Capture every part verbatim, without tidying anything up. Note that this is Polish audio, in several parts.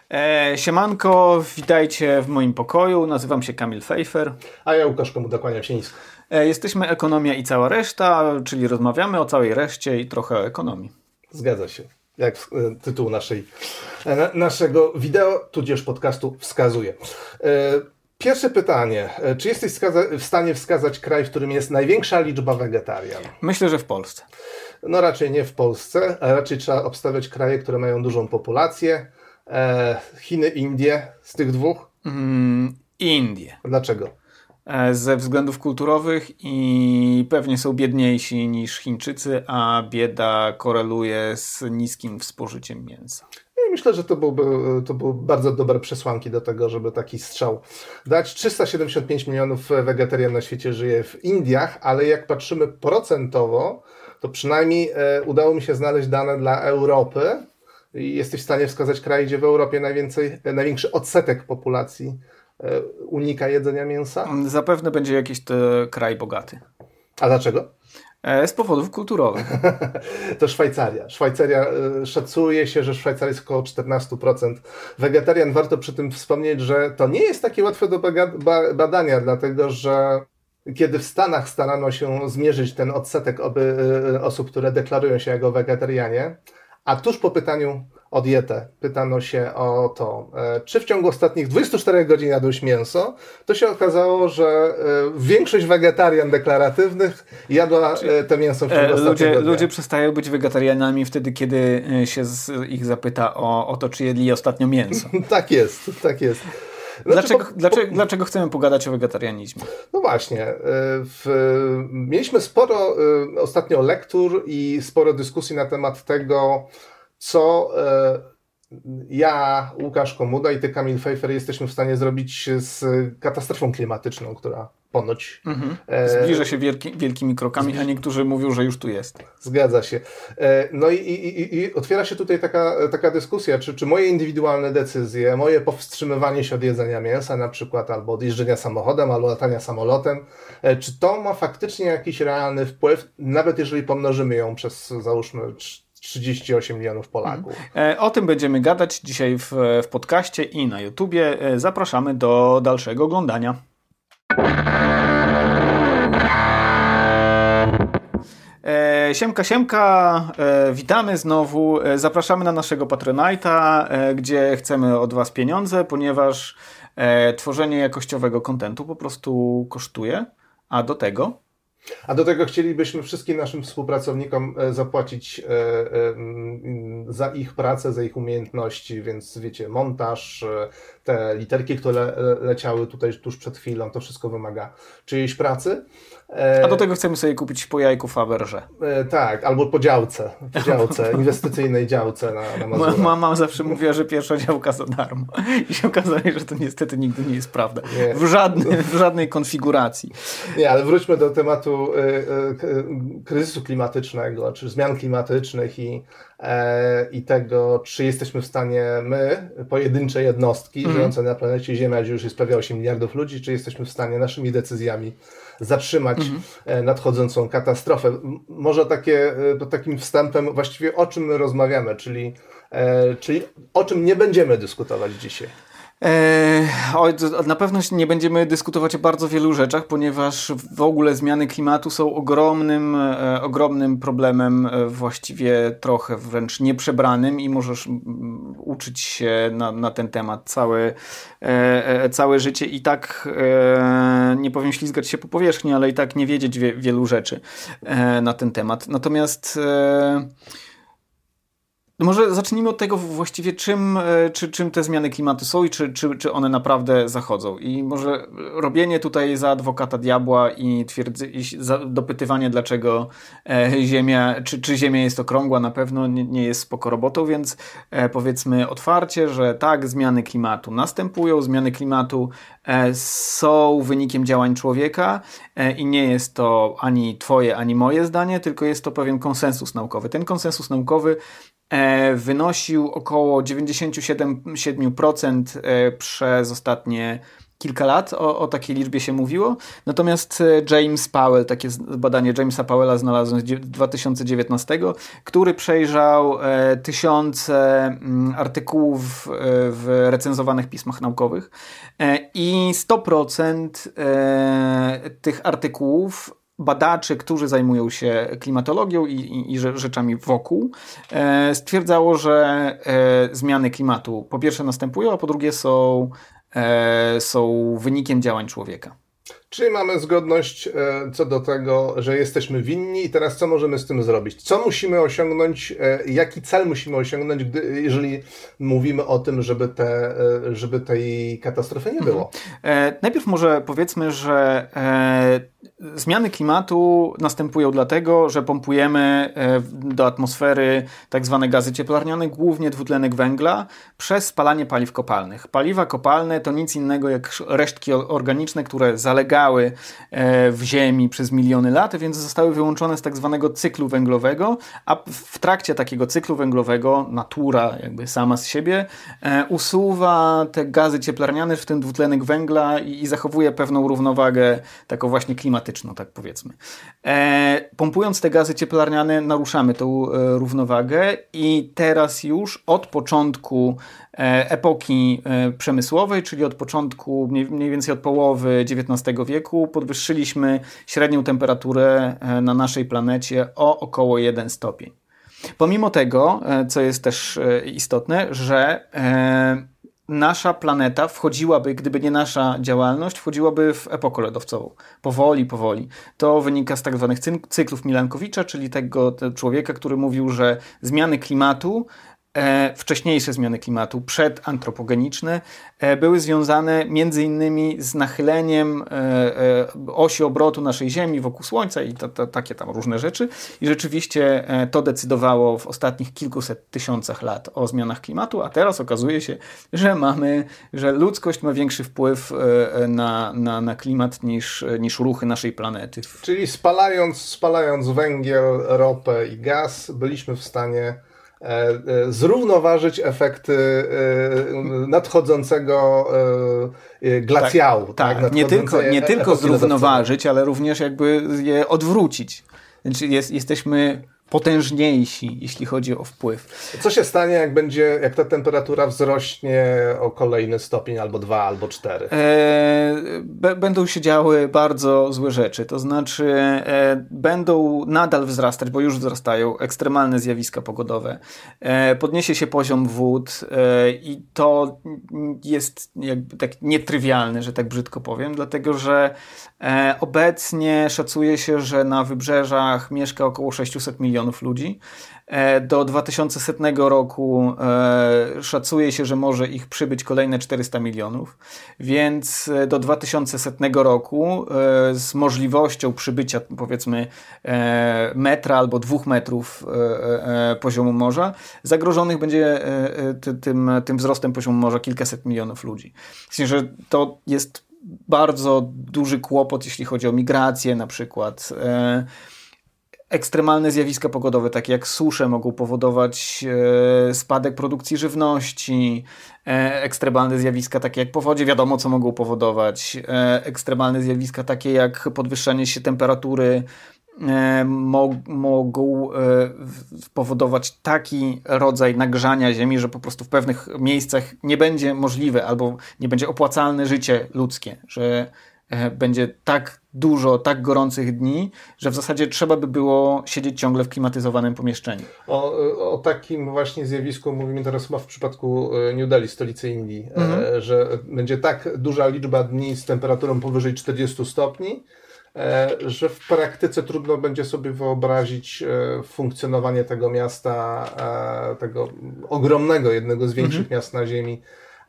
E, siemanko, witajcie w moim pokoju. Nazywam się Kamil Fejfer. A ja Łukasz Komu, dokłaniam się nisko. E, jesteśmy Ekonomia i cała reszta, czyli rozmawiamy o całej reszcie i trochę o ekonomii. Zgadza się. Jak e, tytuł naszej, e, naszego wideo, tudzież podcastu wskazuje. E, Pierwsze pytanie. Czy jesteś wskaza- w stanie wskazać kraj, w którym jest największa liczba wegetarian? Myślę, że w Polsce. No raczej nie w Polsce, a raczej trzeba obstawiać kraje, które mają dużą populację. E, Chiny, Indie, z tych dwóch? Mm, Indie. Dlaczego? E, ze względów kulturowych i pewnie są biedniejsi niż Chińczycy, a bieda koreluje z niskim spożyciem mięsa. I myślę, że to byłby, to były bardzo dobre przesłanki do tego, żeby taki strzał dać. trzysta siedemdziesiąt pięć milionów wegetarian na świecie żyje w Indiach, ale jak patrzymy procentowo, to przynajmniej e, udało mi się znaleźć dane dla Europy. I jesteś w stanie wskazać kraj, gdzie w Europie najwięcej, e, największy odsetek populacji e, unika jedzenia mięsa? Zapewne będzie jakiś to kraj bogaty. A dlaczego? E, z powodów kulturowych. To Szwajcaria. Szwajcaria, e, szacuje się, że w Szwajcarii jest około czternaście procent wegetarian. Warto przy tym wspomnieć, że to nie jest takie łatwe do baga- ba- badania, dlatego że kiedy w Stanach starano się zmierzyć ten odsetek oby, e, osób, które deklarują się jako wegetarianie, a tuż po pytaniu o dietę pytano się o to, e, czy w ciągu ostatnich dwudziestu czterech godzin jadłeś mięso, to się okazało, że e, większość wegetarian deklaratywnych jadła e, to mięso w ciągu e, ostatniego ludzie, dnia. ludzie przestają być wegetarianami wtedy, kiedy się z ich zapyta o, o to, czy jedli ostatnio mięso. Tak jest, tak jest. Znaczy, Dlaczego, po, dlaczego, po, dlaczego chcemy pogadać o wegetarianizmie? No właśnie. W, mieliśmy sporo ostatnio lektur i sporo dyskusji na temat tego, co ja, Łukasz Komuda i ty, Kamil Fejfer, jesteśmy w stanie zrobić z katastrofą klimatyczną, która ponoć... Mhm. Zbliża się wielki, wielkimi krokami, a niektórzy mówią, że już tu jest. Zgadza się. No i, i, i otwiera się tutaj taka, taka dyskusja, czy, czy moje indywidualne decyzje, moje powstrzymywanie się od jedzenia mięsa na przykład, albo od jeżdżenia samochodem, albo latania samolotem, czy to ma faktycznie jakiś realny wpływ, nawet jeżeli pomnożymy ją przez, załóżmy, trzydzieści osiem milionów Polaków. O tym będziemy gadać dzisiaj w, w podcaście i na YouTubie. Zapraszamy do dalszego oglądania. E, siemka, siemka, e, witamy znowu. E, zapraszamy na naszego Patronite'a, e, gdzie chcemy od Was pieniądze, ponieważ e, tworzenie jakościowego kontentu po prostu kosztuje, a do tego A do tego chcielibyśmy wszystkim naszym współpracownikom zapłacić za ich pracę, za ich umiejętności, więc wiecie, montaż, te literki, które leciały tutaj tuż przed chwilą, to wszystko wymaga czyjejś pracy. A do tego chcemy sobie kupić po jajku Faberże. Tak, albo po działce, po działce, inwestycyjnej działce na, na Mazurach. Mama zawsze mówiła, że pierwsza działka za darmo. I się okazało, że to niestety nigdy nie jest prawda. Nie. W, żadnej, w żadnej konfiguracji. Nie, ale wróćmy do tematu y, y, kryzysu klimatycznego, czy zmian klimatycznych i, e, i tego, czy jesteśmy w stanie my, pojedyncze jednostki mm. żyjące na planecie Ziemia, gdzie już jest prawie osiem miliardów ludzi, czy jesteśmy w stanie naszymi decyzjami zatrzymać mm. nadchodzącą katastrofę. Może takie, to takim wstępem właściwie o czym my rozmawiamy, czyli, e, czyli o czym nie będziemy dyskutować dzisiaj. Eee, oj, na pewno nie będziemy dyskutować o bardzo wielu rzeczach, ponieważ w ogóle zmiany klimatu są ogromnym, e, ogromnym problemem, e, właściwie trochę wręcz nieprzebranym i możesz m, uczyć się na, na ten temat całe, e, całe życie i tak e, nie powiem ślizgać się po powierzchni, ale i tak nie wiedzieć wie, wielu rzeczy e, na ten temat. Natomiast e, No może zacznijmy od tego właściwie, czym, czy, czym te zmiany klimatu są i czy, czy, czy one naprawdę zachodzą. I może robienie tutaj za adwokata diabła i, twierdzy, i za, dopytywanie, dlaczego e, Ziemia, czy, czy Ziemia jest okrągła, na pewno nie, nie jest spoko robotą, więc e, powiedzmy otwarcie, że tak, zmiany klimatu następują, zmiany klimatu e, są wynikiem działań człowieka e, i nie jest to ani twoje, ani moje zdanie, tylko jest to pewien konsensus naukowy. Ten konsensus naukowy wynosił około dziewięćdziesiąt siedem procent przez ostatnie kilka lat o, o takiej liczbie się mówiło. Natomiast James Powell, takie badanie Jamesa Powella znalazłem z dwa tysiące dziewiętnastego, który przejrzał e, tysiące m, artykułów e, w recenzowanych pismach naukowych e, i sto procent e, tych artykułów badaczy, którzy zajmują się klimatologią i, i, i rzeczami wokół, e, stwierdzało, że e, zmiany klimatu po pierwsze następują, a po drugie są, e, są wynikiem działań człowieka. Czyli mamy zgodność e, co do tego, że jesteśmy winni i teraz co możemy z tym zrobić? Co musimy osiągnąć, e, jaki cel musimy osiągnąć, gdy, jeżeli mówimy o tym, żeby, te, e, żeby tej katastrofy nie było? Mhm. E, najpierw może powiedzmy, że e, zmiany klimatu następują dlatego, że pompujemy e, do atmosfery tak zwane gazy cieplarniane, głównie dwutlenek węgla, przez spalanie paliw kopalnych. Paliwa kopalne to nic innego jak resztki organiczne, które zalegają w ziemi przez miliony lat, więc zostały wyłączone z tak zwanego cyklu węglowego, a w trakcie takiego cyklu węglowego natura jakby sama z siebie usuwa te gazy cieplarniane, w tym dwutlenek węgla i zachowuje pewną równowagę taką właśnie klimatyczną, tak powiedzmy. Pompując te gazy cieplarniane naruszamy tą równowagę i teraz już od początku epoki przemysłowej, czyli od początku, mniej więcej od połowy dziewiętnastego wieku, podwyższyliśmy średnią temperaturę na naszej planecie o około jeden stopień. Pomimo tego, co jest też istotne, że nasza planeta wchodziłaby, gdyby nie nasza działalność, wchodziłaby w epokę lodowcową. Powoli, powoli. To wynika z tak zwanych cyklów Milankowicza, czyli tego człowieka, który mówił, że zmiany klimatu E, wcześniejsze zmiany klimatu, przedantropogeniczne, e, były związane między innymi z nachyleniem e, e, osi obrotu naszej Ziemi wokół Słońca i to, to, takie tam różne rzeczy. I rzeczywiście e, to decydowało w ostatnich kilkuset tysiącach lat o zmianach klimatu, a teraz okazuje się, że mamy, że ludzkość ma większy wpływ e, na, na, na klimat niż, niż ruchy naszej planety. Czyli spalając, spalając węgiel, ropę i gaz, byliśmy w stanie zrównoważyć efekty nadchodzącego glacjału. Tak, tak. tak. Nie tylko, nie tylko zrównoważyć, ale również jakby je odwrócić. Znaczy jest, jesteśmy potężniejsi, jeśli chodzi o wpływ. Co się stanie, jak będzie, jak ta temperatura wzrośnie o kolejny stopień, albo dwa, albo cztery? E, b- będą się działy bardzo złe rzeczy. To znaczy e, będą nadal wzrastać, bo już wzrastają, ekstremalne zjawiska pogodowe. E, podniesie się poziom wód e, i to jest jakby tak nietrywialne, że tak brzydko powiem, dlatego że e, obecnie szacuje się, że na wybrzeżach mieszka około sześćset milionów ludzi. Do dwa tysiące setnego roku e, szacuje się, że może ich przybyć kolejne czterysta milionów, więc do dwa tysiące setnego roku e, z możliwością przybycia powiedzmy e, metra albo dwóch metrów e, e, poziomu morza, zagrożonych będzie e, ty, tym, tym wzrostem poziomu morza kilkaset milionów ludzi. Myślę, że to jest bardzo duży kłopot, jeśli chodzi o migrację na przykład. E, Ekstremalne zjawiska pogodowe, takie jak susze, mogą powodować e, spadek produkcji żywności. E, ekstremalne zjawiska takie jak powodzie, wiadomo co mogą powodować. E, ekstremalne zjawiska takie jak podwyższanie się temperatury e, mo, mogą e, powodować taki rodzaj nagrzania ziemi, że po prostu w pewnych miejscach nie będzie możliwe albo nie będzie opłacalne życie ludzkie, że będzie tak dużo, tak gorących dni, że w zasadzie trzeba by było siedzieć ciągle w klimatyzowanym pomieszczeniu. O, o takim właśnie zjawisku mówimy teraz chyba w przypadku New Delhi, stolicy Indii, mhm. że będzie tak duża liczba dni z temperaturą powyżej czterdziestu stopni, że w praktyce trudno będzie sobie wyobrazić funkcjonowanie tego miasta, tego ogromnego, jednego z większych mhm. miast na Ziemi,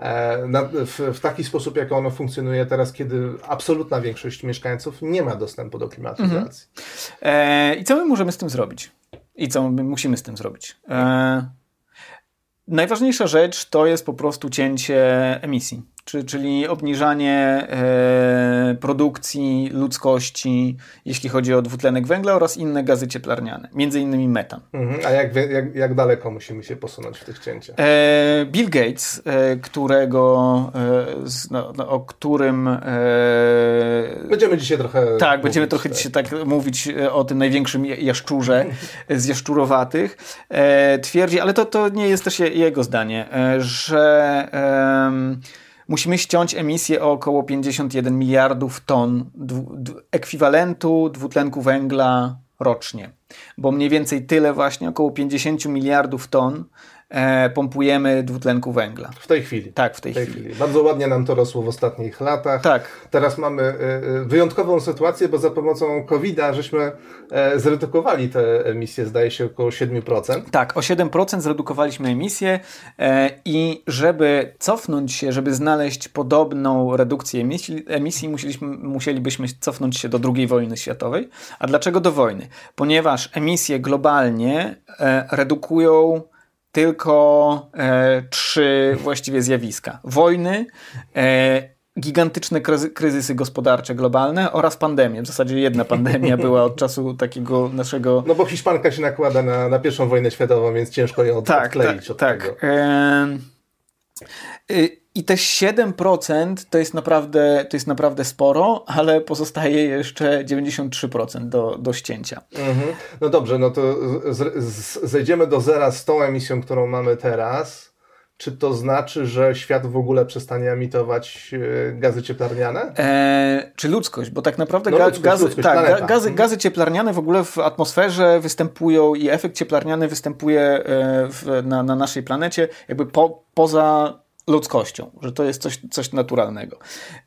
W, w taki sposób, jak ono funkcjonuje teraz, kiedy absolutna większość mieszkańców nie ma dostępu do klimatyzacji. Mhm. E, I co my możemy z tym zrobić? I co my musimy z tym zrobić? E, najważniejsza rzecz to jest po prostu cięcie emisji. czy, czyli obniżanie e, produkcji ludzkości, jeśli chodzi o dwutlenek węgla oraz inne gazy cieplarniane, między innymi metan. Mhm. A jak, jak, jak daleko musimy się posunąć w tych cięciach? E, Bill Gates, e, którego, e, z, no, no, o którym... E, będziemy dzisiaj trochę... Tak, mówić, będziemy trochę tak. dzisiaj tak mówić o tym największym jaszczurze z jaszczurowatych. E, twierdzi, ale to, to nie jest też je, jego zdanie, e, że e, musimy ściąć emisję o około pięćdziesiąt jeden miliardów ton dwu, d, ekwiwalentu dwutlenku węgla rocznie. Bo mniej więcej tyle właśnie, około pięćdziesiąt miliardów ton e, pompujemy dwutlenku węgla. W tej chwili. Tak, w tej, w tej chwili. chwili. Bardzo ładnie nam to rosło w ostatnich latach. Tak. Teraz mamy y, wyjątkową sytuację, bo za pomocą kowida żeśmy e, zredukowali te emisje, zdaje się, około siedem procent. Tak, o siedem procent zredukowaliśmy emisję e, i żeby cofnąć się, żeby znaleźć podobną redukcję emisji, emisji musieliśmy, musielibyśmy cofnąć się do drugiej wojny światowej. A dlaczego do wojny? Ponieważ emisje globalnie e, redukują tylko e, trzy właściwie zjawiska. Wojny, e, gigantyczne kryzy, kryzysy gospodarcze globalne oraz pandemie. W zasadzie jedna pandemia była od czasu takiego naszego... No bo Hiszpanka się nakłada na, na pierwszą wojnę światową, więc ciężko ją od, tak, odkleić tak, od tak. tego. E, y, I te siedem procent to jest naprawdę, to jest naprawdę sporo, ale pozostaje jeszcze dziewięćdziesiąt trzy procent do, do ścięcia. Mhm. No dobrze, no to z, z, zejdziemy do zera z tą emisją, którą mamy teraz. Czy to znaczy, że świat w ogóle przestanie emitować e, gazy cieplarniane? E, czy ludzkość? Bo tak naprawdę no, ga, ludzkość, gazy, ludzkość, tak, planeta. gazy, gazy cieplarniane w ogóle w atmosferze występują i efekt cieplarniany występuje e, w, na, na naszej planecie jakby po, poza ludzkością, że to jest coś, coś naturalnego.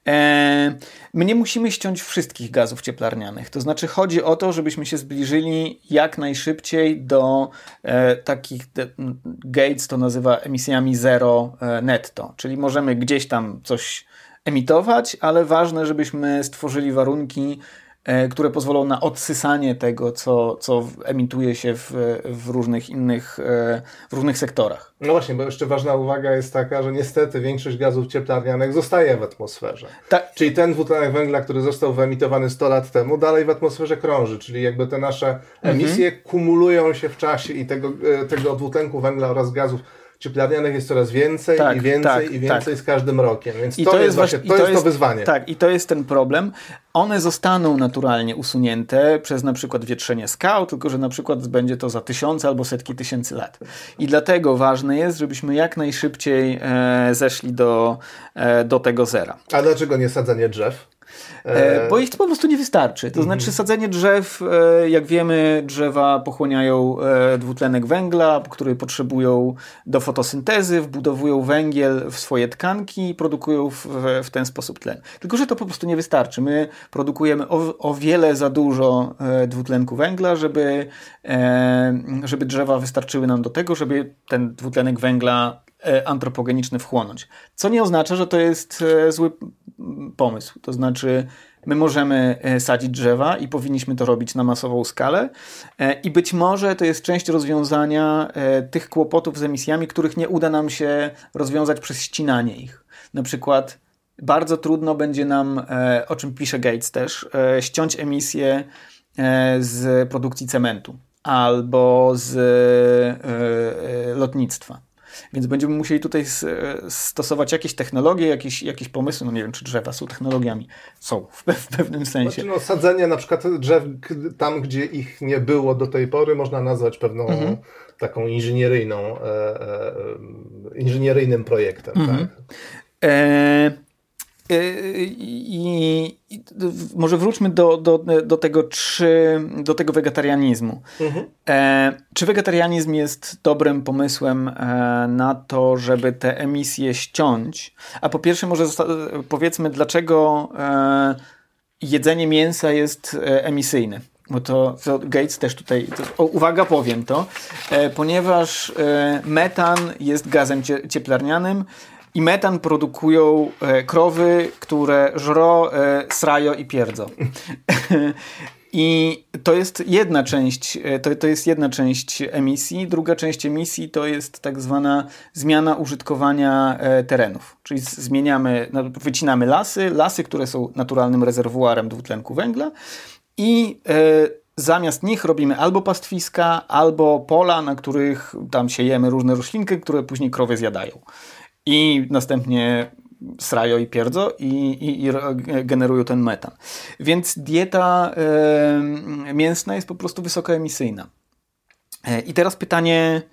E, my nie musimy ściąć wszystkich gazów cieplarnianych. To znaczy chodzi o to, żebyśmy się zbliżyli jak najszybciej do e, takich, de, Gates to nazywa emisjami zero e, netto, czyli możemy gdzieś tam coś emitować, ale ważne, żebyśmy stworzyli warunki, e, które pozwolą na odsysanie tego, co, co emituje się w, w różnych innych, e, w różnych sektorach. No właśnie, bo jeszcze ważna uwaga jest taka, że niestety większość gazów cieplarnianych zostaje w atmosferze. Ta- Czyli ten dwutlenek węgla, który został wyemitowany sto lat temu, dalej w atmosferze krąży. Czyli jakby te nasze emisje mhm. kumulują się w czasie i tego, tego dwutlenku węgla oraz gazów cieplarnianych jest coraz więcej tak, i więcej tak, i więcej tak. z każdym rokiem. Więc I to, to jest jest właśnie to, to jest jest to wyzwanie. Tak, i to jest ten problem. One zostaną naturalnie usunięte przez na przykład wietrzenie skał, tylko że na przykład będzie to za tysiące albo setki tysięcy lat. I dlatego ważne jest, żebyśmy jak najszybciej e, zeszli do, e, do tego zera. A dlaczego nie sadzenie drzew? E, bo ich po prostu nie wystarczy. To znaczy mm-hmm. sadzenie drzew, e, jak wiemy, drzewa pochłaniają e, dwutlenek węgla, który potrzebują do fotosyntezy, wbudowują węgiel w swoje tkanki i produkują w, w ten sposób tlen. Tylko że to po prostu nie wystarczy. My produkujemy o, o wiele za dużo e, dwutlenku węgla, żeby, e, żeby drzewa wystarczyły nam do tego, żeby ten dwutlenek węgla antropogeniczny wchłonąć. Co nie oznacza, że to jest zły pomysł. To znaczy my możemy sadzić drzewa i powinniśmy to robić na masową skalę i być może to jest część rozwiązania tych kłopotów z emisjami, których nie uda nam się rozwiązać przez ścinanie ich. Na przykład bardzo trudno będzie nam, o czym pisze Gates też, ściąć emisje z produkcji cementu albo z lotnictwa. Więc będziemy musieli tutaj stosować jakieś technologie, jakieś, jakieś pomysły. No nie wiem, czy drzewa są technologiami. Są w, pe- w pewnym sensie. Znaczy, no, sadzenie na przykład drzew tam, gdzie ich nie było do tej pory, można nazwać pewną mhm. taką inżynieryjną, e, e, inżynieryjnym projektem. Mhm. Tak? E- I, i może wróćmy do, do, do tego, czy, do tego wegetarianizmu. Mhm. E, czy wegetarianizm jest dobrym pomysłem e, na to, żeby te emisje ściąć? A po pierwsze może zosta- powiedzmy, dlaczego e, jedzenie mięsa jest e, emisyjne. Bo to, to Gates też tutaj, to, o, uwaga, powiem to, e, ponieważ e, metan jest gazem cie, cieplarnianym, i metan produkują e, krowy, które żro, e, srajo i pierdzą. I to jest jedna część, to, to jest jedna część emisji. Druga część emisji to jest tak zwana zmiana użytkowania terenów. Czyli zmieniamy, wycinamy lasy, lasy, które są naturalnym rezerwuarem dwutlenku węgla i zamiast nich robimy albo pastwiska, albo pola, na których tam siejemy różne roślinki, które później krowy zjadają. I następnie srają i pierdzą i, i, i generują ten metan. Więc dieta y, mięsna jest po prostu wysokoemisyjna. Y, I teraz pytanie,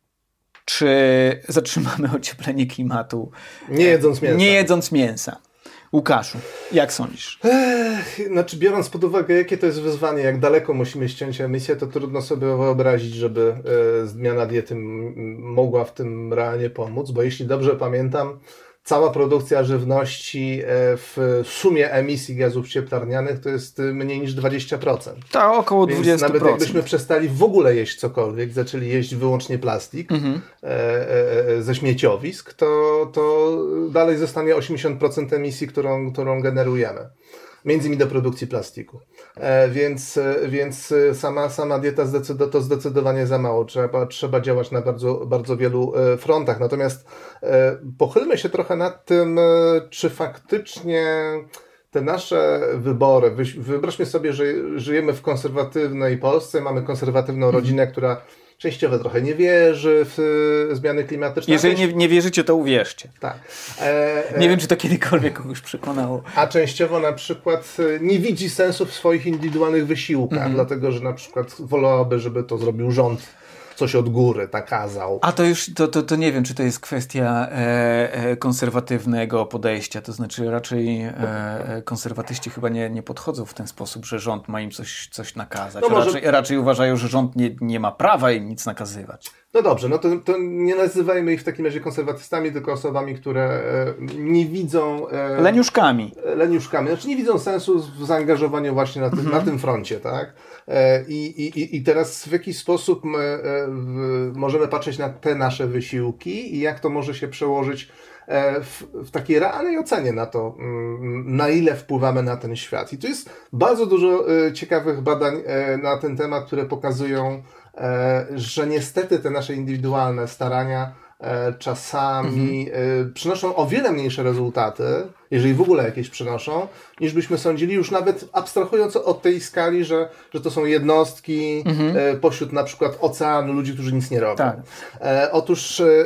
czy zatrzymamy ocieplenie klimatu nie jedząc mięsa? Nie jedząc mięsa. Łukaszu, jak sądzisz? Ech, znaczy biorąc pod uwagę, jakie to jest wyzwanie, jak daleko musimy ściąć emisję, to trudno sobie wyobrazić, żeby e, zmiana diety m- mogła w tym realnie pomóc, bo jeśli dobrze pamiętam, cała produkcja żywności w sumie emisji gazów cieplarnianych to jest mniej niż dwadzieścia procent. Tak, około dwadzieścia procent. Więc nawet jakbyśmy przestali w ogóle jeść cokolwiek, zaczęli jeść wyłącznie plastik mhm. e, e, ze śmieciowisk, to, to dalej zostanie osiemdziesiąt procent emisji, którą, którą generujemy. Między innymi do produkcji plastiku. E, więc więc sama, sama dieta zdecyd- to zdecydowanie za mało. Trzeba, trzeba działać na bardzo, bardzo wielu e, frontach. Natomiast e, pochylmy się trochę nad tym, e, czy faktycznie te nasze wybory, wy, wyobraźmy sobie, że żyjemy w konserwatywnej Polsce, mamy konserwatywną rodzinę, która częściowo trochę nie wierzy w y, zmiany klimatyczne. Jeżeli nie, nie wierzycie, to uwierzcie. Tak. E, e, nie wiem, czy to kiedykolwiek kogoś przekonało. A częściowo na przykład nie widzi sensu w swoich indywidualnych wysiłkach, mhm. dlatego że na przykład wolałaby, żeby to zrobił rząd, coś od góry nakazał. A to już, to, to, to nie wiem, czy to jest kwestia e, e, konserwatywnego podejścia, to znaczy raczej e, konserwatyści chyba nie, nie podchodzą w ten sposób, że rząd ma im coś, coś nakazać. No może... raczej, raczej uważają, że rząd nie, nie ma prawa im nic nakazywać. No dobrze, no to, to nie nazywajmy ich w takim razie konserwatystami, tylko osobami, które e, nie widzą... E, leniuszkami. Leniuszkami, znaczy nie widzą sensu w zaangażowaniu właśnie na tym, mhm. na tym froncie, tak? E, i, i, I teraz w jaki sposób my e, w, możemy patrzeć na te nasze wysiłki i jak to może się przełożyć e, w, w takiej realnej ocenie na to, m, na ile wpływamy na ten świat. I tu jest bardzo dużo e, ciekawych badań e, na ten temat, które pokazują, że niestety te nasze indywidualne starania czasami mhm. przynoszą o wiele mniejsze rezultaty, jeżeli w ogóle jakieś przynoszą, niż byśmy sądzili, już nawet abstrahując od tej skali, że, że to są jednostki mhm. pośród na przykład oceanu, ludzi, którzy nic nie robią. Tak. E, otóż e,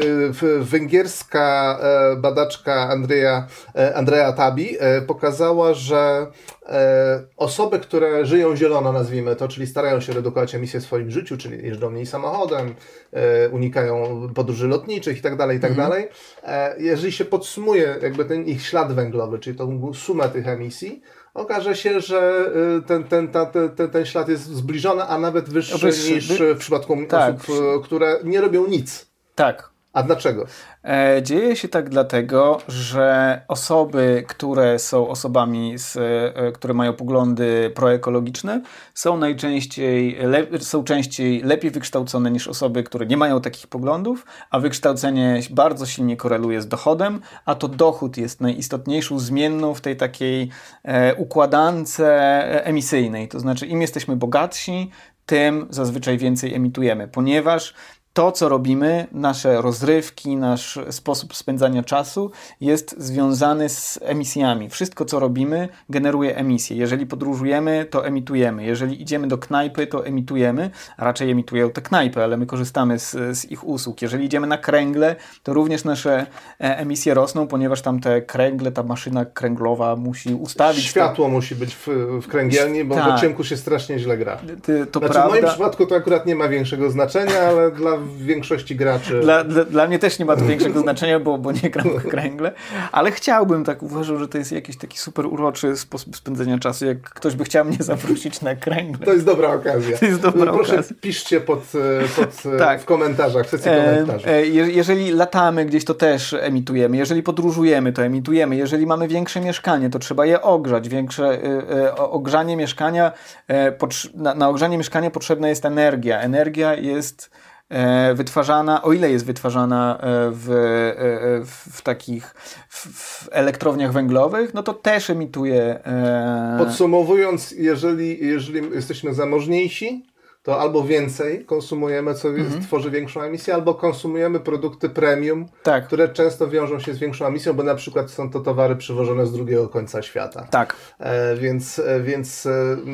węgierska e, badaczka Andrea, e, Andrea Tabi e, pokazała, że e, osoby, które żyją zielono, nazwijmy to, czyli starają się redukować emisję w swoim życiu, czyli jeżdżą mniej samochodem, e, unikają podróży lotniczych i tak dalej, i tak dalej. E, jeżeli się podsumuje jakby ten ich ślad węglowy, czyli tą sumę tych emisji, okaże się, że ten, ten, ta, ten, ten ślad jest zbliżony, a nawet wyższy, wyższy niż wy... w przypadku tak. osób, które nie robią nic. Tak. A dlaczego? E, dzieje się tak dlatego, że osoby, które są osobami, z, e, które mają poglądy proekologiczne, są najczęściej le, są częściej lepiej wykształcone niż osoby, które nie mają takich poglądów, a wykształcenie bardzo silnie koreluje z dochodem, a to dochód jest najistotniejszą zmienną w tej takiej e, układance emisyjnej. To znaczy, im jesteśmy bogatsi, tym zazwyczaj więcej emitujemy, ponieważ to, co robimy, nasze rozrywki, nasz sposób spędzania czasu jest związany z emisjami. Wszystko, co robimy, generuje emisje. Jeżeli podróżujemy, to emitujemy. Jeżeli idziemy do knajpy, to emitujemy. A raczej emitują te knajpy, ale my korzystamy z, z ich usług. Jeżeli idziemy na kręgle, to również nasze emisje rosną, ponieważ tam te kręgle, ta maszyna kręglowa musi ustawić... Światło to... musi być w, w kręgielni, bo tak. do ciemku się strasznie źle gra. Ty, to znaczy, prawda. w moim przypadku to akurat nie ma większego znaczenia, ale dla w większości graczy. Dla, dla, dla mnie też nie ma to większego znaczenia, bo, bo nie gram w kręgle, ale chciałbym, tak uważam, że to jest jakiś taki super uroczy sposób spędzenia czasu, jak ktoś by chciał mnie zaprosić na kręgle. To jest dobra okazja. To jest dobra Proszę, okazja. Piszcie pod, pod, tak. w komentarzach, w sekcji komentarzy. E, je, jeżeli latamy gdzieś, to też emitujemy. Jeżeli podróżujemy, to emitujemy. Jeżeli mamy większe mieszkanie, to trzeba je ogrzać. Większe e, e, ogrzanie mieszkania, e, potr- na, na ogrzanie mieszkania potrzebna jest energia. Energia jest wytwarzana, o ile jest wytwarzana w, w, w takich w, w elektrowniach węglowych, no to też emituje... Podsumowując, jeżeli, jeżeli jesteśmy zamożniejsi, to albo więcej konsumujemy, co mhm. tworzy większą emisję, albo konsumujemy produkty premium, tak. które często wiążą się z większą emisją, bo na przykład są to towary przywożone z drugiego końca świata. Tak. E, więc więc e,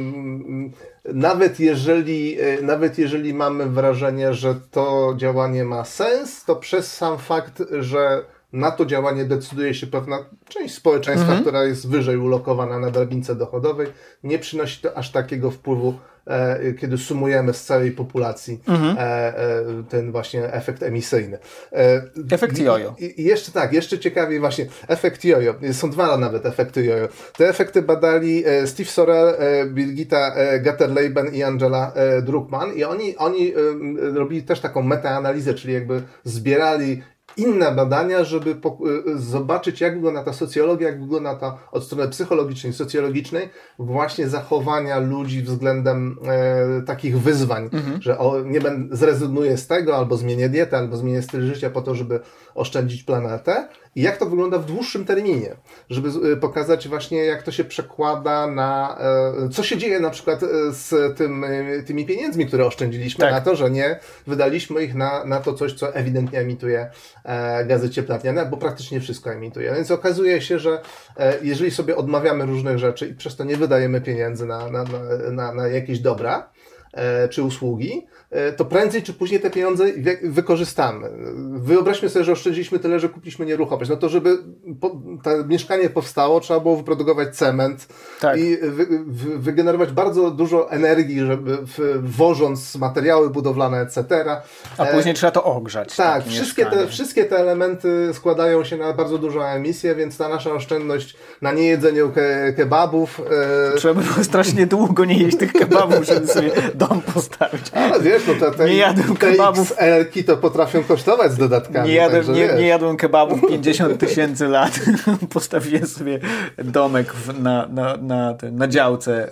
m, nawet jeżeli, e, nawet jeżeli mamy wrażenie, że to działanie ma sens, to przez sam fakt, że na to działanie decyduje się pewna część społeczeństwa, mhm. która jest wyżej ulokowana na drabince dochodowej, nie przynosi to aż takiego wpływu, e, kiedy sumujemy z całej populacji mhm. e, e, ten właśnie efekt emisyjny. E, efekt jojo. I, i jeszcze tak, jeszcze ciekawiej właśnie, efekt jojo. Są dwa nawet efekty jojo. Te efekty badali e, Steve Sorrell, e, Birgitta e, Gatterleben i Angela e, Druckmann i oni, oni e, robili też taką metaanalizę, czyli jakby zbierali inne badania, żeby po, zobaczyć, jak wygląda ta socjologia, jak wygląda ta od strony psychologicznej, socjologicznej właśnie zachowania ludzi względem e, takich wyzwań, mhm. że o, nie będę, zrezygnuję z tego, albo zmienię dietę, albo zmienię styl życia po to, żeby oszczędzić planetę. I jak to wygląda w dłuższym terminie, żeby pokazać właśnie, jak to się przekłada na, e, co się dzieje na przykład z tym, tymi pieniędzmi, które oszczędziliśmy, tak. na to, że nie wydaliśmy ich na, na to coś, co ewidentnie emituje e, gazy cieplarniane, bo praktycznie wszystko emituje. Więc okazuje się, że e, jeżeli sobie odmawiamy różnych rzeczy i przez to nie wydajemy pieniędzy na, na, na, na, na jakieś dobra, czy usługi, to prędzej czy później te pieniądze wykorzystamy. Wyobraźmy sobie, że oszczędziliśmy tyle, że kupiliśmy nieruchomość. No to żeby to mieszkanie powstało, trzeba było wyprodukować cement tak. i wy, wy, wygenerować bardzo dużo energii, żeby wożąc materiały budowlane, et cetera. A później e, trzeba to ogrzać. Tak, wszystkie te, wszystkie te elementy składają się na bardzo dużą emisję, więc ta nasza oszczędność na niejedzeniu ke, kebabów... E, trzeba było strasznie długo nie jeść tych kebabów, żeby sobie dom postawić. Ale wiesz, no te, te, nie jadłem te kebabów. X L-ki to potrafią kosztować z dodatkami. Nie jadłem, nie, nie jadłem kebabów pięćdziesiąt tysięcy lat. Postawiłem sobie domek w, na, na, na, ten, na działce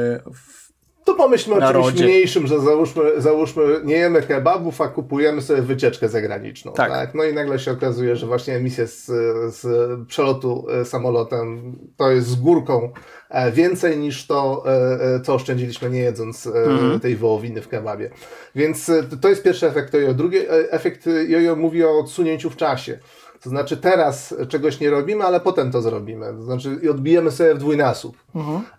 w To pomyślmy o czymś mniejszym, że załóżmy, załóżmy, nie jemy kebabów, a kupujemy sobie wycieczkę zagraniczną. Tak. tak? No i nagle się okazuje, że właśnie emisje z, z przelotu samolotem to jest z górką więcej niż to, co oszczędziliśmy nie jedząc mhm. tej wołowiny w kebabie. Więc to jest pierwszy efekt jojo. Drugi efekt jojo mówi o odsunięciu w czasie. To znaczy teraz czegoś nie robimy, ale potem to zrobimy. To znaczy i odbijemy sobie w dwójnasób. Mhm. E,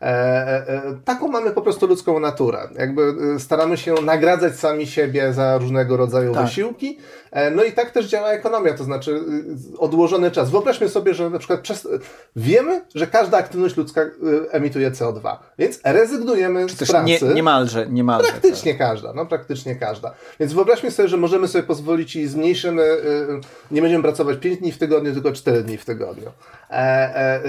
e, taką mamy po prostu ludzką naturę. Jakby staramy się nagradzać sami siebie za różnego rodzaju tak. wysiłki. E, no i tak też działa ekonomia, to znaczy odłożony czas. Wyobraźmy sobie, że na przykład przez, wiemy, że każda aktywność ludzka emituje C O dwa, więc rezygnujemy z pracy. Nie, niemalże, niemalże. Praktycznie tak. każda, no praktycznie każda. Więc wyobraźmy sobie, że możemy sobie pozwolić i zmniejszymy, nie będziemy pracować pięć dni w tygodniu, tylko cztery dni w tygodniu. E, e,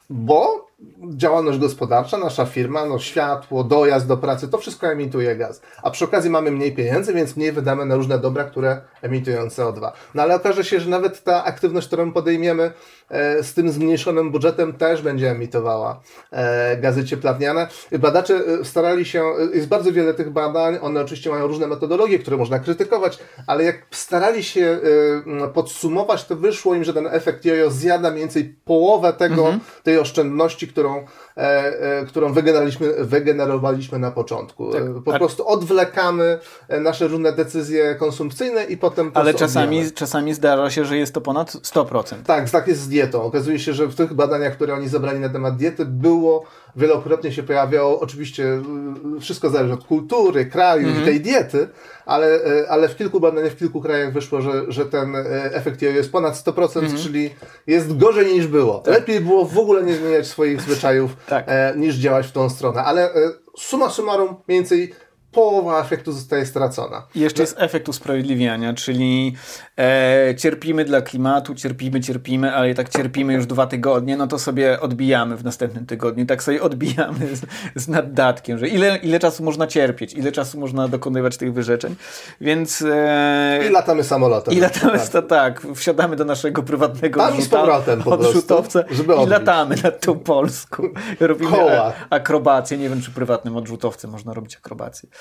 bo działalność gospodarcza, nasza firma, no światło, dojazd do pracy, to wszystko emituje gaz. A przy okazji mamy mniej pieniędzy, więc mniej wydamy na różne dobra, które emitują C O dwa. No ale okaże się, że nawet ta aktywność, którą podejmiemy e, z tym zmniejszonym budżetem też będzie emitowała e, gazy cieplarniane. Badacze starali się, jest bardzo wiele tych badań, one oczywiście mają różne metodologie, które można krytykować, ale jak starali się e, podsumować, to wyszło im, że ten efekt jojo zjada mniej więcej połowę tego, mhm. tej oszczędności, którą, e, e, którą wygenerowaliśmy, wygenerowaliśmy na początku. Tak. Po A... prostu odwlekamy nasze różne decyzje konsumpcyjne i potem Ale czasami, czasami zdarza się, że jest to ponad sto procent. Tak, tak jest z dietą. Okazuje się, że w tych badaniach, które oni zebrali na temat diety, było, wielokrotnie się pojawiało, oczywiście wszystko zależy od kultury, kraju mm-hmm. i tej diety, ale, ale w kilku badaniach, w kilku krajach wyszło, że, że ten efekt jojo jest ponad sto procent, mm-hmm. czyli jest gorzej niż było. Tak. Lepiej było w ogóle nie zmieniać swoich zwyczajów, tak. e, niż działać w tą stronę. Ale e, summa summarum mniej więcej połowa efektu zostaje stracona. I jeszcze jest efekt usprawiedliwiania, czyli e, cierpimy dla klimatu, cierpimy, cierpimy, ale i tak cierpimy już dwa tygodnie, no to sobie odbijamy w następnym tygodniu. Tak sobie odbijamy z, z naddatkiem, że ile, ile czasu można cierpieć, ile czasu można dokonywać tych wyrzeczeń. Więc... E, I latamy samolotem. I latamy, tak. tak, wsiadamy do naszego prywatnego Tam odrzuta, z powrotem po odrzutowca żeby i latamy nad tą Polską. Robimy Koła. akrobację. Nie wiem, czy prywatnym odrzutowcem można robić akrobację.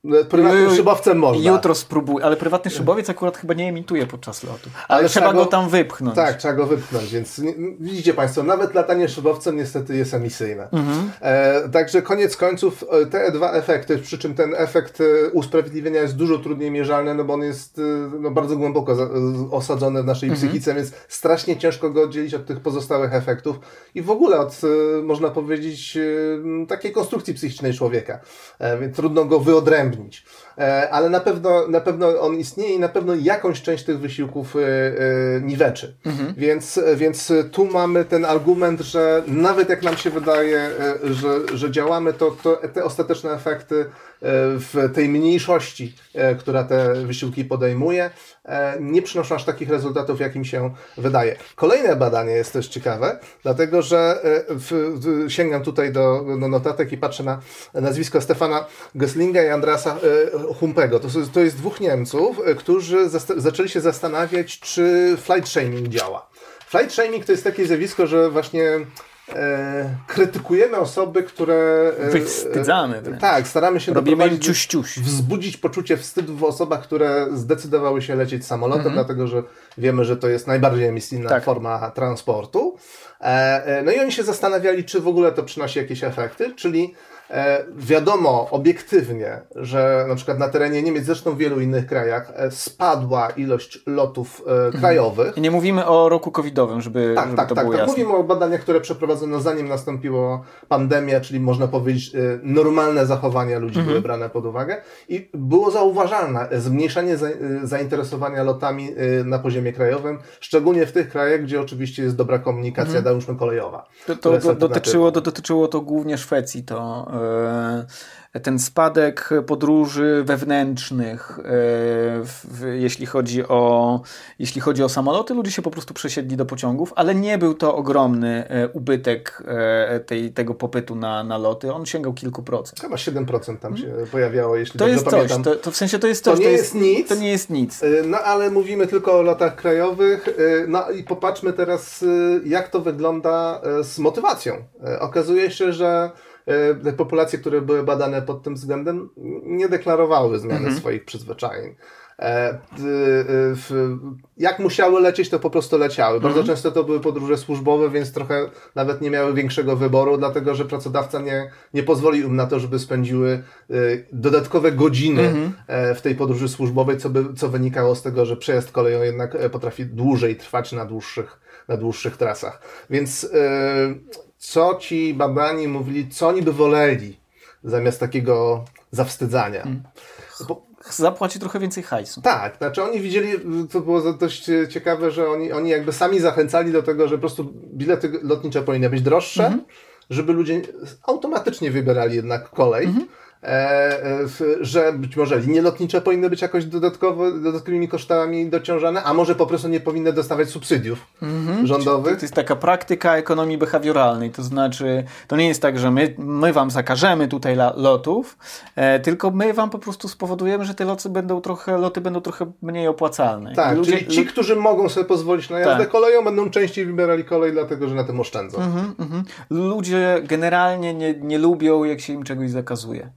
Prywatnym szybowcem można. Jutro spróbuj, ale prywatny szybowiec akurat chyba nie emituje podczas lotu. Ale, ale trzeba go, go tam wypchnąć. Tak, trzeba go wypchnąć, więc nie, widzicie Państwo, nawet latanie szybowcem niestety jest emisyjne. Mhm. E, także koniec końców te dwa efekty, przy czym ten efekt usprawiedliwienia jest dużo trudniej mierzalny, no bo on jest no, bardzo głęboko za, osadzony w naszej mhm. psychice, więc strasznie ciężko go oddzielić od tych pozostałych efektów i w ogóle od, można powiedzieć, takiej konstrukcji psychicznej człowieka. E, więc trudno go wyodrębnić. Ale na pewno, na pewno on istnieje i na pewno jakąś część tych wysiłków niweczy. Mhm. Więc, więc tu mamy ten argument, że nawet jak nam się wydaje, że, że działamy, to, to te ostateczne efekty w tej mniejszości, która te wysiłki podejmuje, nie przynoszą aż takich rezultatów, jak im się wydaje. Kolejne badanie jest też ciekawe, dlatego że w, w, sięgam tutaj do, do notatek i patrzę na nazwisko Stefana Gösslinga i Andreasa Humpego. To, to jest dwóch Niemców, którzy zasta- zaczęli się zastanawiać, czy flight shaming działa. Flight shaming to jest takie zjawisko, że właśnie E, krytykujemy osoby, które... E, Wywstydzamy. E, tak, staramy się Robimy im ciuś, ciuś. wzbudzić poczucie wstydu w osobach, które zdecydowały się lecieć samolotem, mm-hmm. dlatego że wiemy, że to jest najbardziej emisyjna tak. forma transportu. E, no i oni się zastanawiali, czy w ogóle to przynosi jakieś efekty, czyli E, wiadomo obiektywnie, że na przykład na terenie Niemiec, zresztą w wielu innych krajach, e, spadła ilość lotów e, krajowych. I nie mówimy o roku covidowym, żeby, tak, żeby tak, to tak, było tak. jasne. Mówimy o badaniach, które przeprowadzono zanim nastąpiła pandemia, czyli można powiedzieć e, normalne zachowania ludzi mhm. były brane pod uwagę i było zauważalne zmniejszenie za, e, zainteresowania lotami e, na poziomie krajowym, szczególnie w tych krajach, gdzie oczywiście jest dobra komunikacja, mhm. załóżmy kolejowa. To, to, to, dotyczyło, to dotyczyło to głównie Szwecji, to ten spadek podróży wewnętrznych, w, jeśli chodzi o, jeśli chodzi o samoloty, ludzie się po prostu przesiedli do pociągów, ale nie był to ogromny ubytek tej, tego popytu na, na loty. On sięgał kilku procent. Chyba siedem procent tam się hmm. pojawiało, jeśli to dobrze jest pamiętam. Coś, to, to w sensie to jest coś. To nie to jest, jest nic. To nie jest nic. No ale mówimy tylko o lotach krajowych. No i popatrzmy teraz, jak to wygląda z motywacją. Okazuje się, że te populacje, które były badane pod tym względem, nie deklarowały zmiany mm-hmm. swoich przyzwyczajeń. E, w, jak musiały lecieć, to po prostu leciały. Bardzo mm-hmm. często to były podróże służbowe, więc trochę nawet nie miały większego wyboru, dlatego że pracodawca nie, nie pozwolił im na to, żeby spędziły y, dodatkowe godziny mm-hmm. e, w tej podróży służbowej, co, by, co wynikało z tego, że przejazd koleją jednak potrafi dłużej trwać na dłuższych, na dłuższych trasach. Więc y, co ci badani mówili, co oni by woleli zamiast takiego zawstydzania. Hmm. Bo zapłaci trochę więcej hajsu. Tak, znaczy oni widzieli, to było dość ciekawe, że oni, oni jakby sami zachęcali do tego, że po prostu bilety lotnicze powinny być droższe, mm-hmm. żeby ludzie automatycznie wybierali jednak kolej. Mm-hmm. E, że być może linie lotnicze powinny być jakoś dodatkowo, dodatkowymi kosztami dociążane, a może po prostu nie powinny dostawać subsydiów mm-hmm. rządowych. To jest taka praktyka ekonomii behawioralnej, to znaczy to nie jest tak, że my, my wam zakażemy tutaj la, lotów, e, tylko my wam po prostu spowodujemy, że te loty będą trochę, loty będą trochę mniej opłacalne. Tak, ludzie, czyli ci, l- którzy mogą sobie pozwolić na jazdę tak. koleją, będą częściej wybierali kolej, dlatego że na tym oszczędzą. Mm-hmm, mm-hmm. Ludzie generalnie nie, nie lubią, jak się im czegoś zakazuje.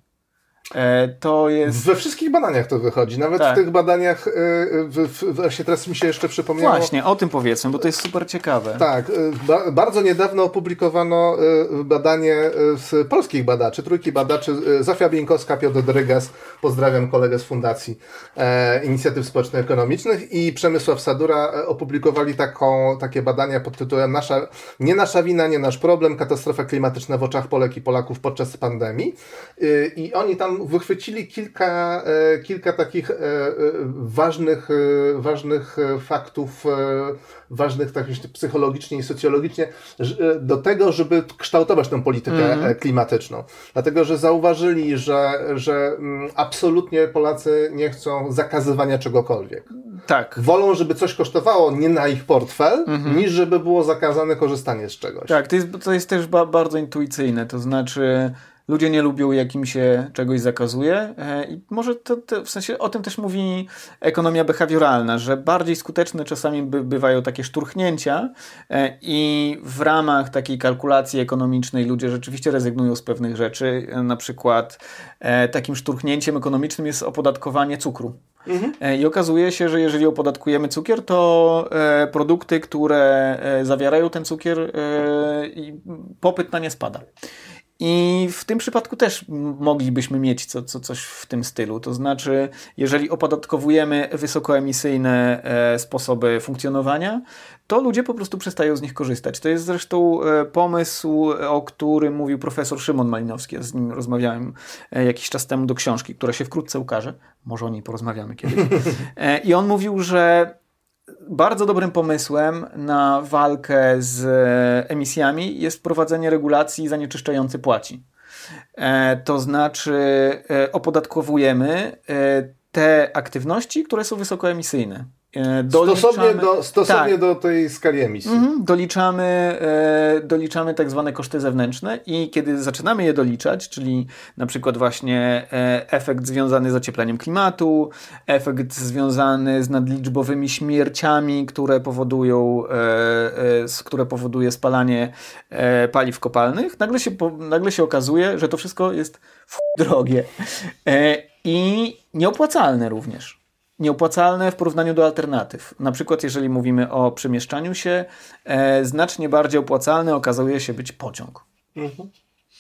To jest... We wszystkich badaniach to wychodzi. Nawet tak. w tych badaniach, w, w, właśnie teraz mi się jeszcze przypomniało... Właśnie, o tym powiedzmy, bo to jest super ciekawe. Tak. Ba- bardzo niedawno opublikowano badanie z polskich badaczy, trójki badaczy, Zofia Bieńkowska, Piotr Drygas, pozdrawiam kolegę z Fundacji e, Inicjatyw Społeczno-Ekonomicznych i Przemysław Sadura opublikowali taką, takie badania pod tytułem nasza, Nie nasza wina, nie nasz problem, katastrofa klimatyczna w oczach Polek i Polaków podczas pandemii. I oni tam wychwycili kilka, e, kilka takich e, e, ważnych, e, ważnych faktów, e, ważnych tak psychologicznie i socjologicznie e, do tego, żeby kształtować tę politykę mm-hmm. klimatyczną. Dlatego, że zauważyli, że, że m, absolutnie Polacy nie chcą zakazywania czegokolwiek. Tak. Wolą, żeby coś kosztowało nie na ich portfel, mm-hmm. niż żeby było zakazane korzystanie z czegoś. Tak, to jest, to jest też ba- bardzo intuicyjne, to znaczy ludzie nie lubią, jak im się czegoś zakazuje i może to, to w sensie o tym też mówi ekonomia behawioralna, że bardziej skuteczne czasami by, bywają takie szturchnięcia i w ramach takiej kalkulacji ekonomicznej ludzie rzeczywiście rezygnują z pewnych rzeczy. Na przykład takim szturchnięciem ekonomicznym jest opodatkowanie cukru. Mhm. I okazuje się, że jeżeli opodatkujemy cukier, to produkty, które zawierają ten cukier, popyt na nie spada. I w tym przypadku też moglibyśmy mieć co, co, coś w tym stylu. To znaczy, jeżeli opodatkowujemy wysokoemisyjne e, sposoby funkcjonowania, to ludzie po prostu przestają z nich korzystać. To jest zresztą e, pomysł, o którym mówił profesor Szymon Malinowski. Ja z nim rozmawiałem e, jakiś czas temu do książki, która się wkrótce ukaże. Może o niej porozmawiamy kiedyś. E, I on mówił, że bardzo dobrym pomysłem na walkę z emisjami jest wprowadzenie regulacji zanieczyszczający płaci. E, to znaczy e, opodatkowujemy e, te aktywności, które są wysokoemisyjne. Stosownie, do, stosownie tak. do tej skali emisji. Mhm, doliczamy, e, doliczamy tak zwane koszty zewnętrzne i kiedy zaczynamy je doliczać, czyli na przykład właśnie e, efekt związany z ociepleniem klimatu, efekt związany z nadliczbowymi śmierciami, które powodują, e, e, które powoduje spalanie e, paliw kopalnych, nagle się, po, nagle się okazuje, że to wszystko jest f- drogie e, i nieopłacalne również. Nieopłacalne w porównaniu do alternatyw. Na przykład jeżeli mówimy o przemieszczaniu się, e, znacznie bardziej opłacalny okazuje się być pociąg. Mhm.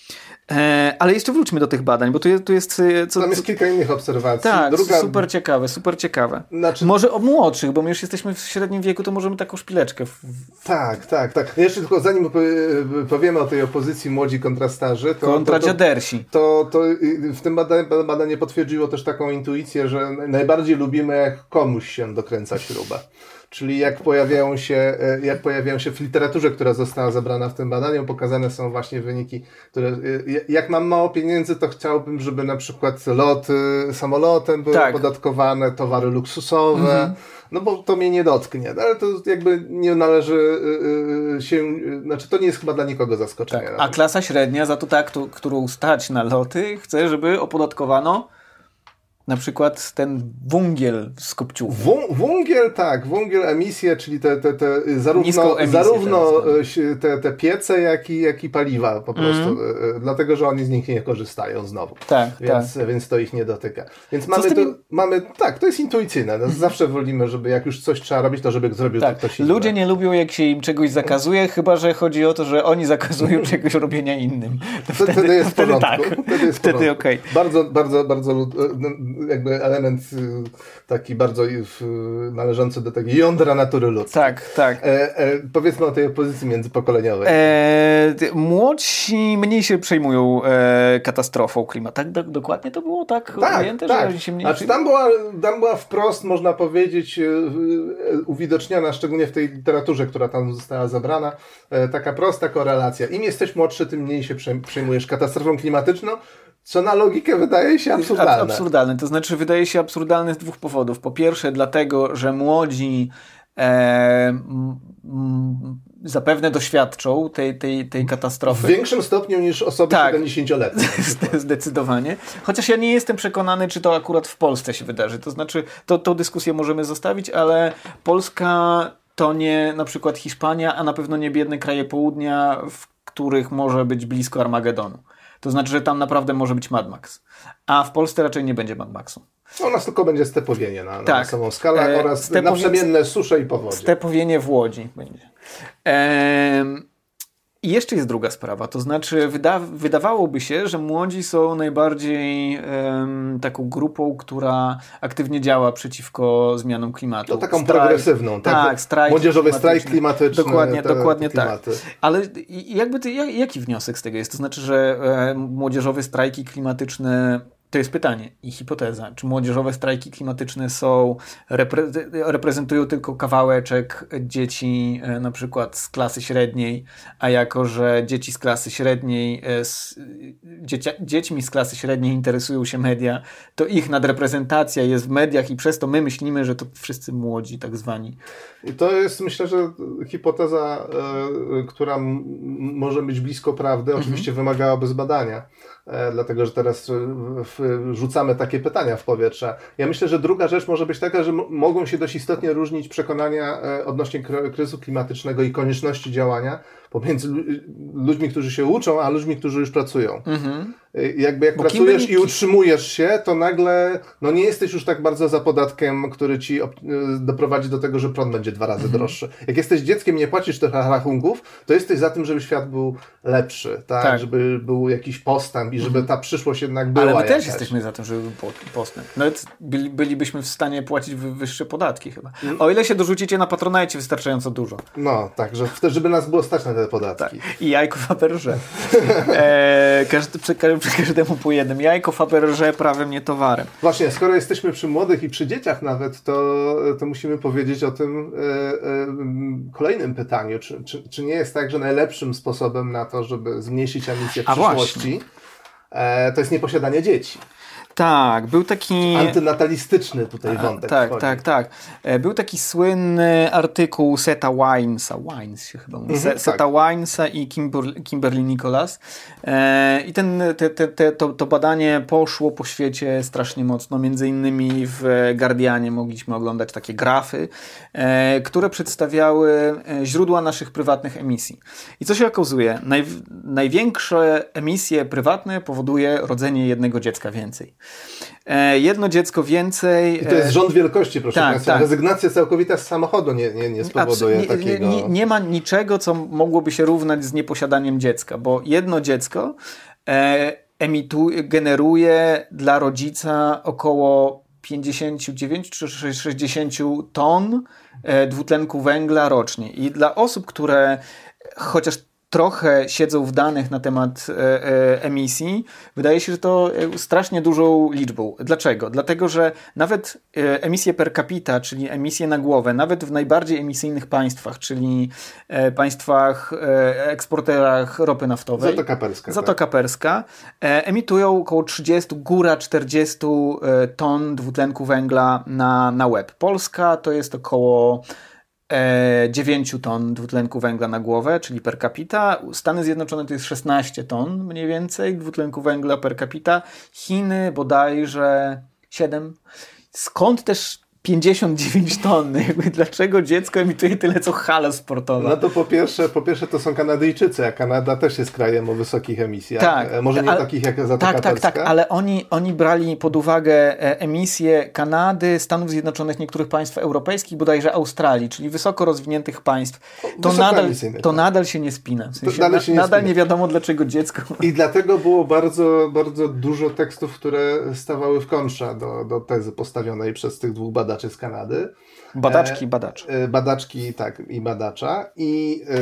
E, ale jeszcze wróćmy do tych badań, bo tu jest... Tu jest co, Tam jest kilka innych obserwacji. Tak, Druga... super ciekawe, super ciekawe. Znaczy... Może o młodszych, bo my już jesteśmy w średnim wieku, to możemy taką szpileczkę... W... Tak, tak, tak. Jeszcze tylko zanim powiemy o tej opozycji młodzi kontra starzy... To, kontra to, dziadersi. To, to, to w tym badaniu badanie potwierdziło też taką intuicję, że najbardziej lubimy, jak komuś się dokręca śruba. Czyli jak pojawiają się, jak pojawiają się w literaturze, która została zebrana w tym badaniu, pokazane są właśnie wyniki, które jak mam mało pieniędzy, to chciałbym, żeby na przykład loty samolotem były tak. opodatkowane, towary luksusowe, mhm. no bo to mnie nie dotknie, ale to jakby nie należy się, znaczy to nie jest chyba dla nikogo zaskoczenie. Tak. A klasa średnia za to tak, którą stać na loty, chce, żeby opodatkowano na przykład ten wungiel z kopciuchu. Wung, wungiel, tak. Wungiel, emisje, czyli te, te, te zarówno, emisję, zarówno te, te piece, jak i, jak i paliwa po prostu. Mm. Dlatego, że oni z nich nie korzystają znowu. Tak, więc, tak. więc to ich nie dotyka. Więc mamy, tymi... to, mamy, tak, to jest intuicyjne. No, zawsze wolimy, żeby jak już coś trzeba robić, to żeby zrobił tak. to ktoś inny. Ludzie nie lubią, jak się im czegoś zakazuje, chyba że chodzi o to, że oni zakazują czegoś robienia innym. To wtedy, wtedy jest w wtedy porządku. tak. Wtedy jest wtedy okej. Okay. Bardzo, bardzo, bardzo jakby element taki bardzo należący do takiego jądra natury ludzkiej. Tak, tak. E, e, powiedzmy o tej opozycji międzypokoleniowej. E, młodsi mniej się przejmują e, katastrofą klimatu. Tak do, dokładnie to było tak? Tak, ujęte, tak. Że się mniej znaczy, tam, była, tam była wprost, można powiedzieć, uwidoczniona, szczególnie w tej literaturze, która tam została zabrana, taka prosta korelacja. Im jesteś młodszy, tym mniej się przejmujesz katastrofą klimatyczną, co na logikę wydaje się absurdalne. Absurdalne, to znaczy wydaje się absurdalne z dwóch powodów. Po pierwsze dlatego, że młodzi e, m, m, zapewne doświadczą tej, tej, tej katastrofy. W większym stopniu niż osoby tak. siedemdziesięcioletnie. Zdecydowanie. Chociaż ja nie jestem przekonany, czy to akurat w Polsce się wydarzy. To znaczy, to, tą dyskusję możemy zostawić, ale Polska to nie na przykład Hiszpania, a na pewno nie biedne kraje południa, w których może być blisko Armagedonu. To znaczy, że tam naprawdę może być Mad Max. A w Polsce raczej nie będzie Mad Maxu. U nas tylko będzie stepowienie na, na tak. samą skalę e, oraz stepowie... naprzemienne susze i powodzie. Stepowienie w Łodzi będzie. Ehm... I jeszcze jest druga sprawa, to znaczy wyda- wydawałoby się, że młodzi są najbardziej um, taką grupą, która aktywnie działa przeciwko zmianom klimatu. To taką strajk, progresywną, tak? Tak, strajk młodzieżowy strajk klimatyczny. Dokładnie, te, dokładnie te tak. Ale jakby ty, jak, jaki wniosek z tego jest? To znaczy, że e, młodzieżowe strajki klimatyczne... To jest pytanie i hipoteza. Czy młodzieżowe strajki klimatyczne są repre- reprezentują tylko kawałeczek dzieci e, na przykład z klasy średniej, a jako, że dzieci z klasy średniej e, z, dziecia, dziećmi z klasy średniej interesują się media, to ich nadreprezentacja jest w mediach i przez to my myślimy, że to wszyscy młodzi tak zwani. I to jest, myślę, że hipoteza, e, która m- może być blisko prawdy, oczywiście mhm. wymagałaby zbadania. dlatego że teraz rzucamy takie pytania w powietrze. Ja myślę, że druga rzecz może być taka, że m- mogą się dość istotnie różnić przekonania odnośnie kryzysu klimatycznego i konieczności działania pomiędzy ludźmi, którzy się uczą, a ludźmi, którzy już pracują. Mhm. Jakby jak Bo pracujesz by... i utrzymujesz się, to nagle no nie jesteś już tak bardzo za podatkiem, który ci op- doprowadzi do tego, że prąd będzie dwa razy mhm. droższy. Jak jesteś dzieckiem, nie płacisz tych rachunków, to jesteś za tym, żeby świat był lepszy, tak? tak. Żeby był jakiś postęp i żeby ta przyszłość jednak była. Ale my jakaś. też jesteśmy za tym, żeby był postęp. Nawet byli, bylibyśmy w stanie płacić wyższe podatki chyba. O ile się dorzucicie na Patronite wystarczająco dużo. No, tak, że, żeby nas było stać na te podatki. Tak. I jajko Faberże. e, każdy, przy, przy każdemu po jednym. Jajko Faberże prawem, nie towarem. Właśnie, skoro jesteśmy przy młodych i przy dzieciach nawet, to, to musimy powiedzieć o tym e, e, kolejnym pytaniu. Czy, czy, czy nie jest tak, że najlepszym sposobem na to, żeby zmniejszyć emisję w A przyszłości, e, to jest nieposiadanie dzieci? Tak, był taki... Antynatalistyczny tutaj wątek. A, tak, wchodzi. tak, tak. Był taki słynny artykuł Seta Winesa, Wines się chyba mówi, mm-hmm, Seta tak. Winesa i Kimber, Kimberly Nicholas. E, I ten, te, te, te, to, to badanie poszło po świecie strasznie mocno. Między innymi w Guardianie mogliśmy oglądać takie grafy, e, które przedstawiały źródła naszych prywatnych emisji. I co się okazuje? Naj, największe emisje prywatne powoduje rodzenie jednego dziecka więcej. E, jedno dziecko więcej. I to jest rząd wielkości, proszę tak, Państwa. Tak. Rezygnacja całkowita z samochodu nie, nie, nie spowoduje Abs- nie, takiego... Nie, nie ma niczego, co mogłoby się równać z nieposiadaniem dziecka, bo jedno dziecko e, emituje, generuje dla rodzica około pięćdziesiąt dziewięć czy sześćdziesiąt ton e, dwutlenku węgla rocznie. I dla osób, które chociaż trochę siedzą w danych na temat e, e, emisji, wydaje się, że to strasznie dużą liczbą. Dlaczego? Dlatego, że nawet e, emisje per capita, czyli emisje na głowę, nawet w najbardziej emisyjnych państwach, czyli e, państwach e, eksporterach ropy naftowej, Zatoka Perska, Zatoka tak. Perska e, emitują około trzydzieści, góra czterdzieści e, ton dwutlenku węgla na, na łeb. Polska to jest około dziewięć ton dwutlenku węgla na głowę, czyli per capita. Stany Zjednoczone to jest szesnaście ton mniej więcej dwutlenku węgla per capita. Chiny bodajże siedem. Skąd też pięćdziesiąt dziewięć ton? Dlaczego dziecko emituje tyle co hala sportowa? No to po pierwsze, po pierwsze to są Kanadyjczycy, a Kanada też jest krajem o wysokich emisjach. Tak, Może nie ale, takich jak Zatoka Tak, tak, Perska. tak, ale oni, oni brali pod uwagę emisje Kanady, Stanów Zjednoczonych, niektórych państw europejskich, bodajże Australii, czyli wysoko rozwiniętych państw. To, nadal, to nadal się nie spina. W sensie nadal się nie, nadal spina. nie wiadomo, dlaczego dziecko... I dlatego było bardzo, bardzo dużo tekstów, które stawały w kontrze do, do tezy postawionej przez tych dwóch badaczy z Kanady. Badaczki i badacz. E, badaczki, tak, i badacza. I e,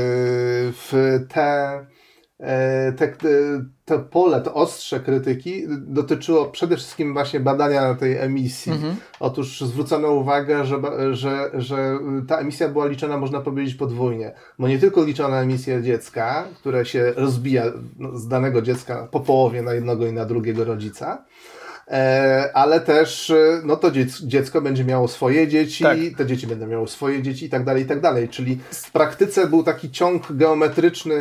w te, e, te, te pole, to ostrze krytyki dotyczyło przede wszystkim właśnie badania tej emisji. Mhm. Otóż zwrócono uwagę, że, że, że ta emisja była liczona, można powiedzieć, podwójnie. Bo nie tylko liczono emisję dziecka, które się rozbija z danego dziecka po połowie na jednego i na drugiego rodzica, ale też no to dziecko będzie miało swoje dzieci, tak. te dzieci będą miały swoje dzieci i tak dalej, i tak dalej. Czyli w praktyce był taki ciąg geometryczny,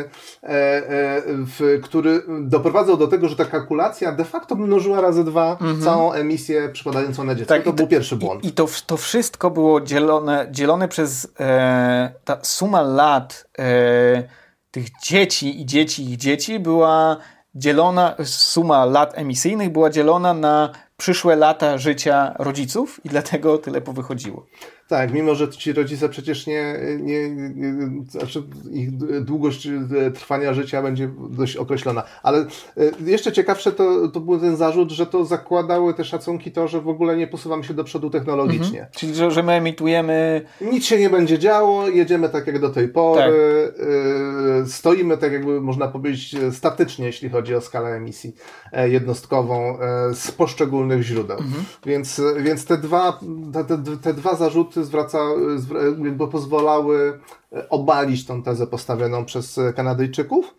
w, który doprowadzał do tego, że ta kalkulacja de facto mnożyła razy dwa mhm. całą emisję przypadającą na dziecko. Tak, to był pierwszy błąd. I, i to, to wszystko było dzielone, dzielone przez e, ta suma lat e, tych dzieci i dzieci i dzieci była dzielona, suma lat emisyjnych była dzielona na przyszłe lata życia rodziców i dlatego tyle powychodziło. Tak, mimo że ci rodzice przecież nie, nie, nie znaczy ich długość trwania życia będzie dość określona. Ale jeszcze ciekawsze to, to był ten zarzut, że to zakładały te szacunki to, że w ogóle nie posuwamy się do przodu technologicznie. Mhm. Czyli, że, że my emitujemy... Nic się nie będzie działo, jedziemy tak jak do tej pory, tak. Stoimy tak jakby można powiedzieć statycznie, jeśli chodzi o skalę emisji jednostkową z poszczególnych źródeł. Mhm. Więc, więc te dwa, te, te, te dwa zarzuty zwraca, bo pozwalały obalić tą tezę postawioną przez Kanadyjczyków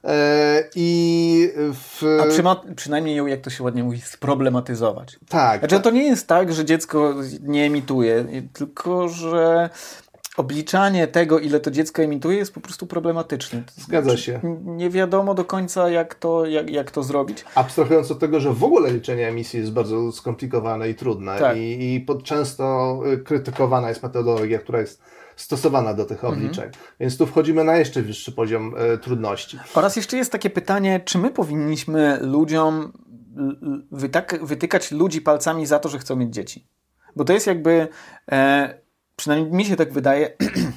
i w... A przyma- przynajmniej ją, jak to się ładnie mówi, sproblematyzować. Tak. Znaczy tak. to nie jest tak, że dziecko nie emituje, tylko że obliczanie tego, ile to dziecko emituje, jest po prostu problematyczne. Zgadza się. Nie wiadomo do końca, jak to, jak, jak to zrobić. Abstrahując od tego, że w ogóle liczenie emisji jest bardzo skomplikowane i trudne tak. i, i pod, często krytykowana jest metodologia, która jest stosowana do tych obliczeń. Mhm. Więc tu wchodzimy na jeszcze wyższy poziom e, trudności. Oraz jeszcze jest takie pytanie, czy my powinniśmy ludziom wytak- wytykać ludzi palcami za to, że chcą mieć dzieci? Bo to jest jakby, e, przynajmniej mi się tak wydaje,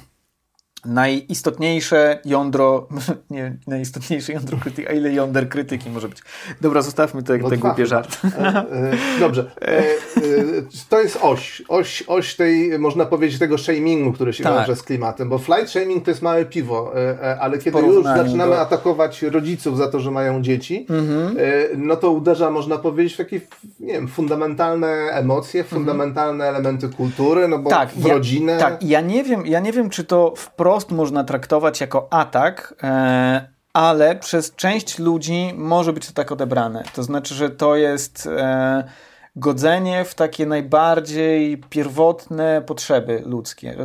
najistotniejsze jądro, nie, najistotniejsze jądro krytyki, a ile jąder krytyki może być? Dobra, zostawmy te, no te głupie żarty. E, e, dobrze. E, e, to jest oś, oś, oś tej, można powiedzieć, tego shamingu, który się tak. wiąże z klimatem, bo flight shaming to jest małe piwo, e, ale kiedy już zaczynamy do... atakować rodziców za to, że mają dzieci, mhm. e, no to uderza, można powiedzieć, w takie, nie wiem, fundamentalne emocje, mhm. fundamentalne elementy kultury, no bo tak, w ja, rodzinę... Tak, ja nie wiem, ja nie wiem, czy to wprost można traktować jako atak, e, ale przez część ludzi może być to tak odebrane. To znaczy, że to jest e, godzenie w takie najbardziej pierwotne potrzeby ludzkie.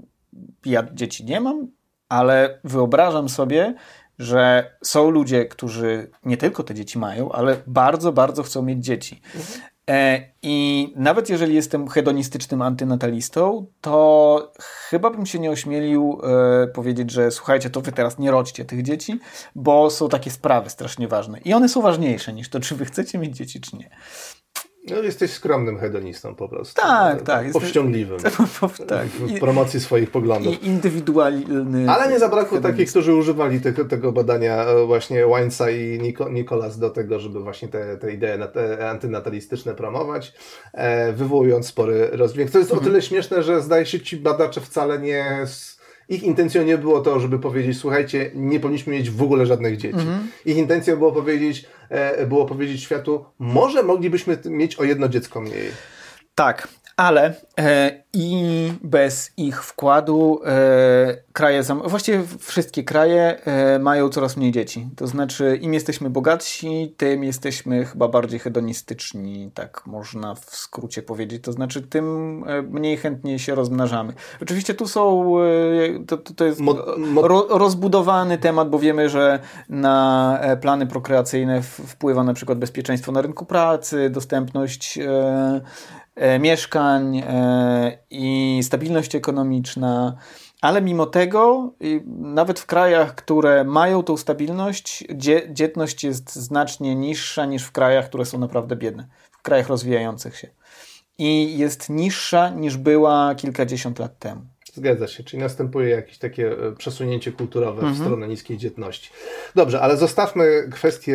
Ja dzieci nie mam, ale wyobrażam sobie, że są ludzie, którzy nie tylko te dzieci mają, ale bardzo, bardzo chcą mieć dzieci. Mhm. I nawet jeżeli jestem hedonistycznym antynatalistą, to chyba bym się nie ośmielił e, powiedzieć, że słuchajcie, to wy teraz nie rodźcie tych dzieci, bo są takie sprawy strasznie ważne. I one są ważniejsze niż to, czy wy chcecie mieć dzieci, czy nie. No, jesteś skromnym hedonistą po prostu. Tak, tak. Powściągliwym. Tak. W promocji swoich poglądów. I indywidualny. Ale nie zabrakło takich, którzy używali tego, tego badania właśnie Weinsa i Nicholas do tego, żeby właśnie te, te idee antynatalistyczne promować, e, wywołując spory rozdźwięk. To jest mhm. o tyle śmieszne, że zdaje się, ci badacze wcale nie... Ich intencją nie było to, żeby powiedzieć, słuchajcie, nie powinniśmy mieć w ogóle żadnych dzieci. Mhm. Ich intencją było powiedzieć, e, było powiedzieć światu, może moglibyśmy mieć o jedno dziecko mniej. Tak, ale e, i bez ich wkładu e, kraje, zam- właściwie wszystkie kraje e, mają coraz mniej dzieci. To znaczy im jesteśmy bogatsi, tym jesteśmy chyba bardziej hedonistyczni, tak można w skrócie powiedzieć. To znaczy tym e, mniej chętnie się rozmnażamy. Oczywiście tu są, e, to, to jest mo- mo- ro- rozbudowany temat, bo wiemy, że na e, plany prokreacyjne w- wpływa na przykład bezpieczeństwo na rynku pracy, dostępność e, E, mieszkań e, i stabilność ekonomiczna, ale mimo tego i nawet w krajach, które mają tą stabilność, dzie- dzietność jest znacznie niższa niż w krajach, które są naprawdę biedne, w krajach rozwijających się. I jest niższa niż była kilkadziesiąt lat temu. Zgadza się, czyli następuje jakieś takie przesunięcie kulturowe mhm. w stronę niskiej dzietności. Dobrze, ale zostawmy kwestię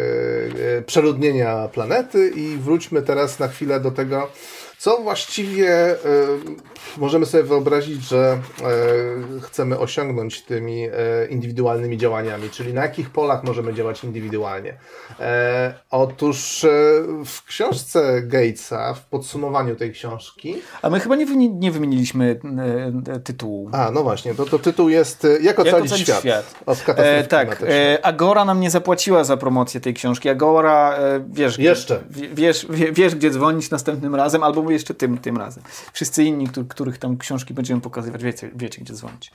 e, przeludnienia planety i wróćmy teraz na chwilę do tego, co właściwie e, możemy sobie wyobrazić, że e, chcemy osiągnąć tymi e, indywidualnymi działaniami, czyli na jakich polach możemy działać indywidualnie. E, otóż e, w książce Gatesa, w podsumowaniu tej książki... A my chyba nie, wymi- nie wymieniliśmy e, tytułu. A, no właśnie, to, to tytuł jest Jak ocalić świat. świat. Od katastrofy e, tak, e, Agora nam nie zapłaciła za promocję tej książki. Agora, e, wiesz, Jeszcze. Wiesz, wiesz, wiesz, gdzie dzwonić następnym razem, albo jeszcze tym, tym razem. Wszyscy inni, których, których tam książki będziemy pokazywać, wiecie, wiecie gdzie dzwonić.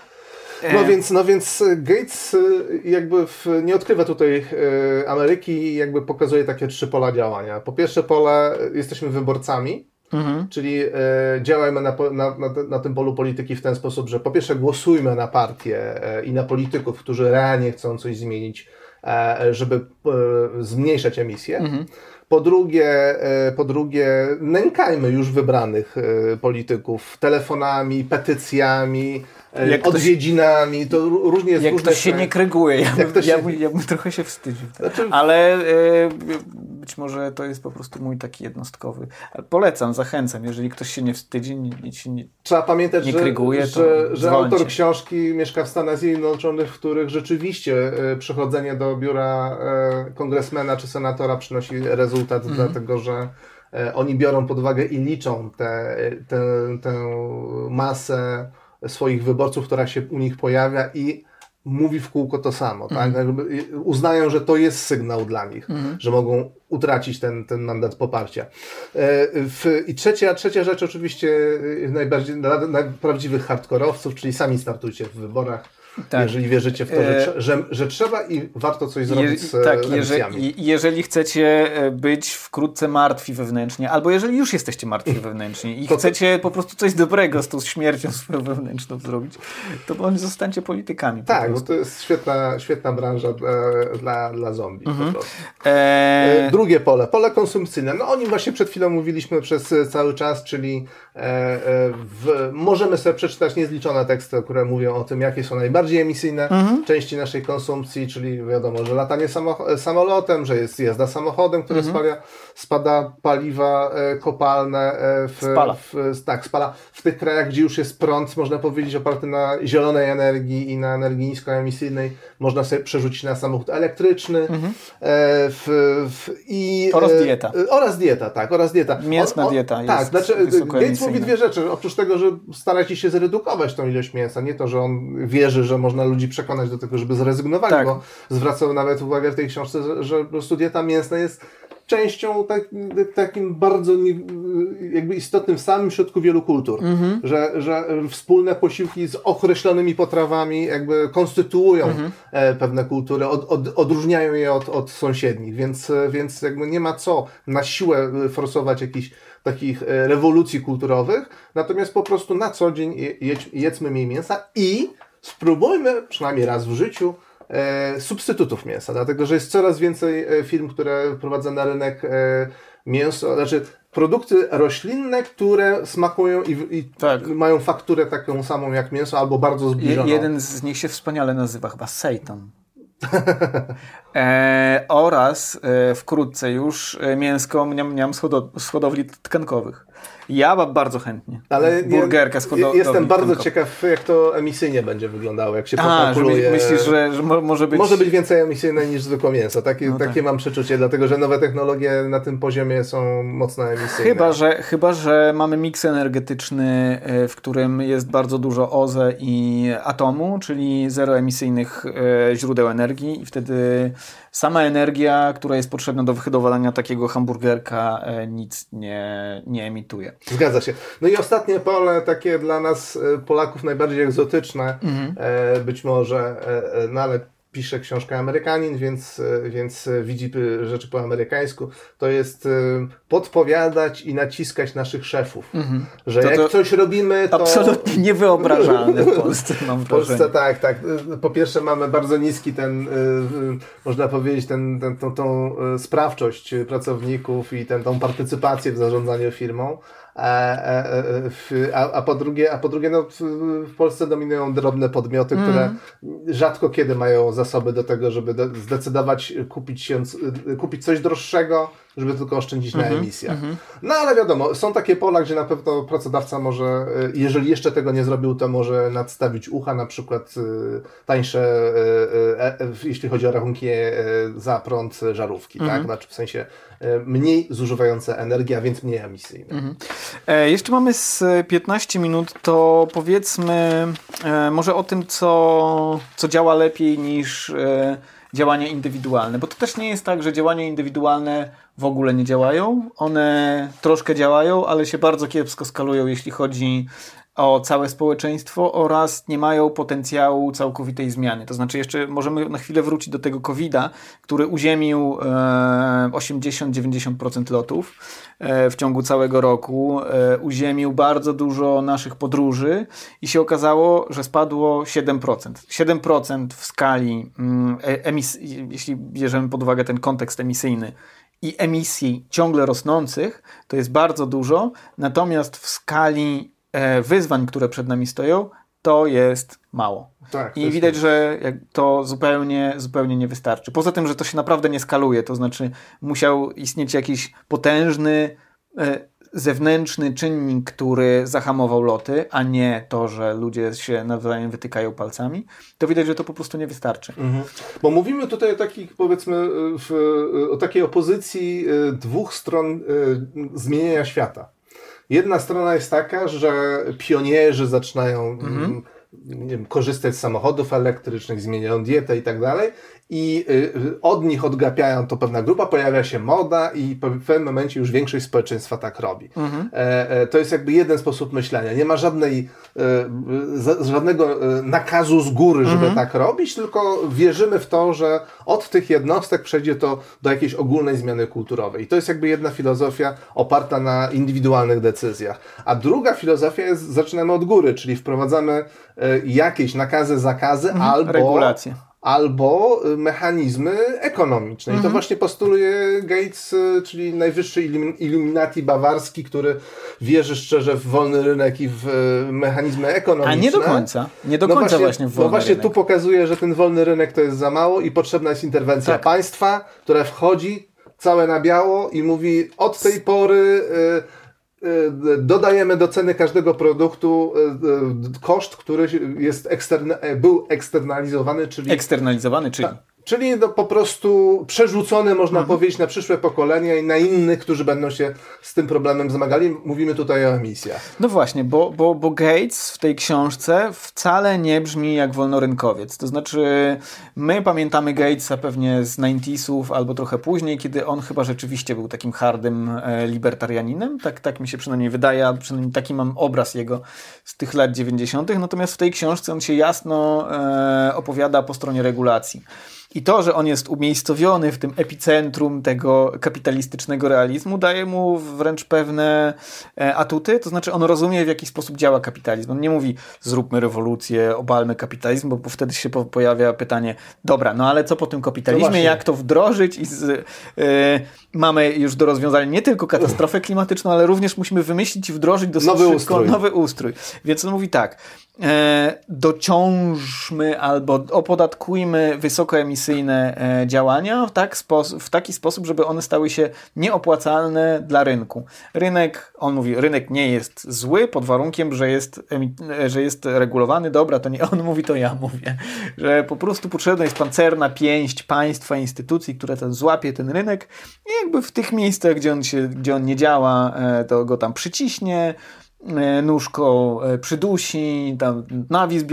No e... więc, no więc Gates jakby w, nie odkrywa tutaj e, Ameryki i jakby pokazuje takie trzy pola działania. Po pierwsze pole, jesteśmy wyborcami, mhm. czyli e, działajmy na, na, na, na tym polu polityki w ten sposób, że po pierwsze głosujmy na partie e, i na polityków, którzy realnie chcą coś zmienić, e, żeby e, zmniejszać emisję. Mhm. Po drugie, po drugie, nękajmy już wybranych polityków telefonami, petycjami, jak odwiedzinami, ktoś, to różnie jest. Jak różne ktoś się nie kryguje, ja, bym, ja, się... ja bym trochę się wstydził. Znaczy... Ale e, być może to jest po prostu mój taki jednostkowy. Polecam, zachęcam, jeżeli ktoś się nie wstydzi, nie, się nie, Trzeba pamiętać, nie że, kryguje, że, że autor książki mieszka w Stanach Zjednoczonych, w których rzeczywiście e, przychodzenie do biura e, kongresmena czy senatora przynosi rezultat, mm. dlatego że e, oni biorą pod uwagę i liczą tę te, te, te masę swoich wyborców, która się u nich pojawia i mówi w kółko to samo. Mhm. Tak? Jakby uznają, że to jest sygnał dla nich, Mhm. że mogą utracić ten, ten mandat poparcia. W, I trzecia, trzecia rzecz oczywiście najbardziej dla, dla prawdziwych hardkorowców, czyli sami startujcie w wyborach. Tak. Jeżeli wierzycie w to, że, że, że trzeba i warto coś zrobić Je, z tak, emisjami. Jeżeli, jeżeli chcecie być wkrótce martwi wewnętrznie, albo jeżeli już jesteście martwi wewnętrznie i to chcecie to... po prostu coś dobrego z tą śmiercią swoją wewnętrzną zrobić, to bądź zostańcie politykami. Tak, bo to jest świetna, świetna branża dla, dla, dla zombie. Mhm. Po prostu. E... Drugie pole, pole konsumpcyjne. No o nim właśnie przed chwilą mówiliśmy przez cały czas, czyli e, w, możemy sobie przeczytać niezliczone teksty, które mówią o tym, jakie są najbardziej bardziej emisyjne mhm. części naszej konsumpcji, czyli wiadomo, że latanie samo- samolotem, że jest jazda samochodem, który mhm. spala, spada paliwa e, kopalne. E, w, spala. W, tak, spala. W tych krajach, gdzie już jest prąd, można powiedzieć, oparty na zielonej energii i na energii niskoemisyjnej, można sobie przerzucić na samochód elektryczny. Mhm. E, w, w, i, oraz dieta. E, oraz dieta, tak, oraz dieta. Mięsna on, dieta on, jest Tak, znaczy Gates mówi dwie rzeczy. Oprócz tego, że starajcie się zredukować tą ilość mięsa. Nie to, że on wierzy, że można ludzi przekonać do tego, żeby zrezygnowali, tak. bo zwracał nawet uwagę w tej książce, że, że po prostu dieta mięsna jest częścią tak, takim bardzo nie, jakby istotnym w samym środku wielu kultur, mm-hmm. że, że wspólne posiłki z określonymi potrawami jakby konstytuują mm-hmm. e, pewne kultury, od, od, odróżniają je od, od sąsiednich, więc, więc jakby nie ma co na siłę forsować jakichś takich rewolucji kulturowych, natomiast po prostu na co dzień jedz, jedzmy mniej mięsa i spróbujmy przynajmniej raz w życiu e, substytutów mięsa, dlatego że jest coraz więcej firm, które prowadzą na rynek e, mięso, znaczy produkty roślinne, które smakują i, i tak. mają fakturę taką samą jak mięso, albo bardzo zbliżoną. Je, jeden z nich się wspaniale nazywa chyba seitan. e, oraz e, wkrótce już e, mięsko mniam, mniam z, hodo, z hodowli tkankowych. Ja bardzo chętnie. Ale burgerka z hodowli Jestem bardzo tkankowych. Ciekaw, jak to emisyjnie będzie wyglądało, jak się pokalkuluje. Myślisz, że, że może być... Może być więcej emisyjne niż zwykłe mięso. Takie, no takie tak. mam przeczucie, dlatego że nowe technologie na tym poziomie są mocno emisyjne. Chyba, że, chyba, że mamy miks energetyczny, w którym jest bardzo dużo O Z E i atomu, czyli zeroemisyjnych źródeł energii i wtedy sama energia, która jest potrzebna do wyhodowania takiego hamburgerka, nic nie, nie emituje. Zgadza się. No i ostatnie pole, takie dla nas Polaków najbardziej egzotyczne, mhm. być może, no ale pisze książkę Amerykanin, więc, więc widzi rzeczy po amerykańsku, to jest podpowiadać i naciskać naszych szefów. Mhm. Że to, jak to coś robimy, to... Absolutnie niewyobrażalne w Polsce, mam W Polsce wrażenie. tak, tak. Po pierwsze mamy bardzo niski ten, można powiedzieć, ten, ten, tą, tą sprawczość pracowników i ten, tą partycypację w zarządzaniu firmą. A, a, a po drugie, a po drugie no, w Polsce dominują drobne podmioty, mm. które rzadko kiedy mają zasoby do tego, żeby de- zdecydować kupić, się, kupić coś droższego, żeby tylko oszczędzić mm-hmm, na emisjach. Mm-hmm. No ale wiadomo, są takie pola, gdzie na pewno pracodawca może, jeżeli jeszcze tego nie zrobił, to może nadstawić ucha, na przykład tańsze, jeśli chodzi o rachunki za prąd, żarówki, mm-hmm. tak? Znaczy w sensie mniej zużywające energię, a więc mniej emisyjne. Mhm. E, jeszcze mamy z piętnaście minut, to powiedzmy e, może o tym, co, co działa lepiej niż e, działania indywidualne, bo to też nie jest tak, że działania indywidualne w ogóle nie działają. One troszkę działają, ale się bardzo kiepsko skalują, jeśli chodzi o całe społeczeństwo oraz nie mają potencjału całkowitej zmiany. To znaczy jeszcze możemy na chwilę wrócić do tego kowida, który uziemił e, osiemdziesiąt do dziewięćdziesięciu procent lotów e, w ciągu całego roku. E, uziemił bardzo dużo naszych podróży i się okazało, że spadło siedem procent. siedem procent w skali mm, emis- jeśli bierzemy pod uwagę ten kontekst emisyjny i emisji ciągle rosnących, to jest bardzo dużo, natomiast w skali wyzwań, które przed nami stoją, to jest mało. Tak, I widać, jest... że to zupełnie, zupełnie nie wystarczy. Poza tym, że to się naprawdę nie skaluje, to znaczy musiał istnieć jakiś potężny e, zewnętrzny czynnik, który zahamował loty, a nie to, że ludzie się nawzajem wytykają palcami, to widać, że to po prostu nie wystarczy. Mhm. Bo mówimy tutaj o takich, powiedzmy, w, o takiej opozycji dwóch stron zmieniania świata. Jedna strona jest taka, że pionierzy zaczynają mm-hmm. nie wiem, korzystać z samochodów elektrycznych, zmieniają dietę i tak dalej. I y, od nich odgapiają to pewna grupa, pojawia się moda i w pewnym momencie już większość społeczeństwa tak robi. Mhm. E, e, to jest jakby jeden sposób myślenia. Nie ma żadnej, e, z, żadnego e, nakazu z góry, żeby mhm. tak robić, tylko wierzymy w to, że od tych jednostek przejdzie to do jakiejś ogólnej zmiany kulturowej. I to jest jakby jedna filozofia oparta na indywidualnych decyzjach. A druga filozofia jest, zaczynamy od góry, czyli wprowadzamy e, jakieś nakazy, zakazy mhm. albo... regulacje. Albo mechanizmy ekonomiczne. I to właśnie postuluje Gates, czyli najwyższy Illuminati bawarski, który wierzy szczerze w wolny rynek i w mechanizmy ekonomiczne. A nie do końca. Nie do no końca właśnie, właśnie w wolny No właśnie rynek. Tu pokazuje, że ten wolny rynek to jest za mało i potrzebna jest interwencja tak. państwa, które wchodzi całe na biało i mówi od tej pory... Yy, dodajemy do ceny każdego produktu koszt, który jest eksterne, był eksternalizowany, czyli... Eksternalizowany, czyli... Ta, czyli no po prostu przerzucony, można mhm. powiedzieć, na przyszłe pokolenia i na innych, którzy będą się z tym problemem zmagali. Mówimy tutaj o emisjach. No właśnie, bo, bo, bo Gates w tej książce wcale nie brzmi jak wolnorynkowiec. To znaczy, my pamiętamy Gatesa pewnie z dziewięćdziesiątych albo trochę później, kiedy on chyba rzeczywiście był takim hardym e, libertarianinem. Tak, tak mi się przynajmniej wydaje, a przynajmniej taki mam obraz jego z tych lat dziewięćdziesiątych. Natomiast w tej książce on się jasno e, opowiada po stronie regulacji. I to, że on jest umiejscowiony w tym epicentrum tego kapitalistycznego realizmu, daje mu wręcz pewne atuty. To znaczy on rozumie, w jaki sposób działa kapitalizm. On nie mówi, zróbmy rewolucję, obalmy kapitalizm, bo wtedy się pojawia pytanie, dobra, no ale co po tym kapitalizmie, no jak to wdrożyć? I z, y, mamy już do rozwiązania nie tylko katastrofę klimatyczną, ale również musimy wymyślić i wdrożyć dosyć nowy szybko ustrój. nowy ustrój. Więc on mówi tak, e, dociążmy albo opodatkujmy wysokoemisyjne E, działania w, tak spos- w taki sposób, żeby one stały się nieopłacalne dla rynku. Rynek, on mówi, rynek nie jest zły pod warunkiem, że jest, emi- że jest regulowany. Dobra, to nie on mówi, to ja mówię. Że po prostu potrzebna jest pancerna pięść państwa, instytucji, które ten złapie ten rynek i jakby w tych miejscach, gdzie on, się, gdzie on nie działa, e, to go tam przyciśnie, nóżką przydusi, tam nawis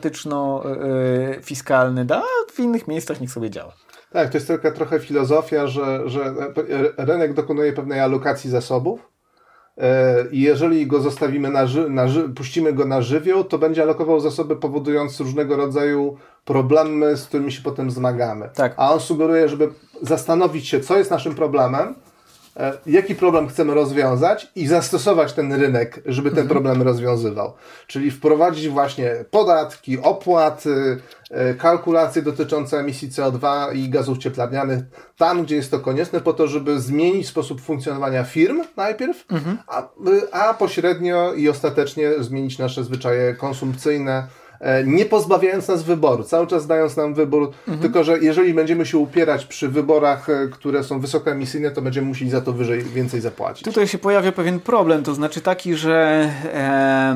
biurokratyczno-fiskalny da, a w innych miejscach niech sobie działa. Tak, to jest tylko trochę filozofia, że, że rynek dokonuje pewnej alokacji zasobów i jeżeli go zostawimy na, ży- na ży- puścimy go na żywioł, to będzie alokował zasoby, powodując różnego rodzaju problemy, z którymi się potem zmagamy. Tak. A on sugeruje, żeby zastanowić się, co jest naszym problemem, jaki problem chcemy rozwiązać i zastosować ten rynek, żeby ten mhm. problem rozwiązywał. Czyli wprowadzić właśnie podatki, opłaty, kalkulacje dotyczące emisji C O dwa i gazów cieplarnianych tam, gdzie jest to konieczne, po to, żeby zmienić sposób funkcjonowania firm najpierw, mhm. a, a pośrednio i ostatecznie zmienić nasze zwyczaje konsumpcyjne, nie pozbawiając nas wyboru, cały czas dając nam wybór, mhm. tylko że jeżeli będziemy się upierać przy wyborach, które są wysokoemisyjne, to będziemy musieli za to wyżej, więcej zapłacić. Tutaj się pojawia pewien problem, to znaczy taki, że e,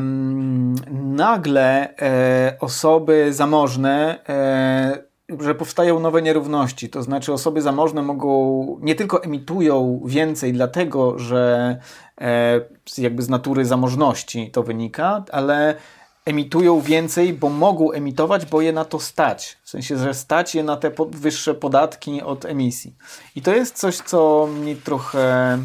nagle e, osoby zamożne e, że powstają nowe nierówności, to znaczy osoby zamożne mogą, nie tylko emitują więcej dlatego, że e, jakby z natury zamożności to wynika, ale emitują więcej, bo mogą emitować, bo je na to stać. W sensie, że stać je na te po- wyższe podatki od emisji. I to jest coś, co mnie trochę...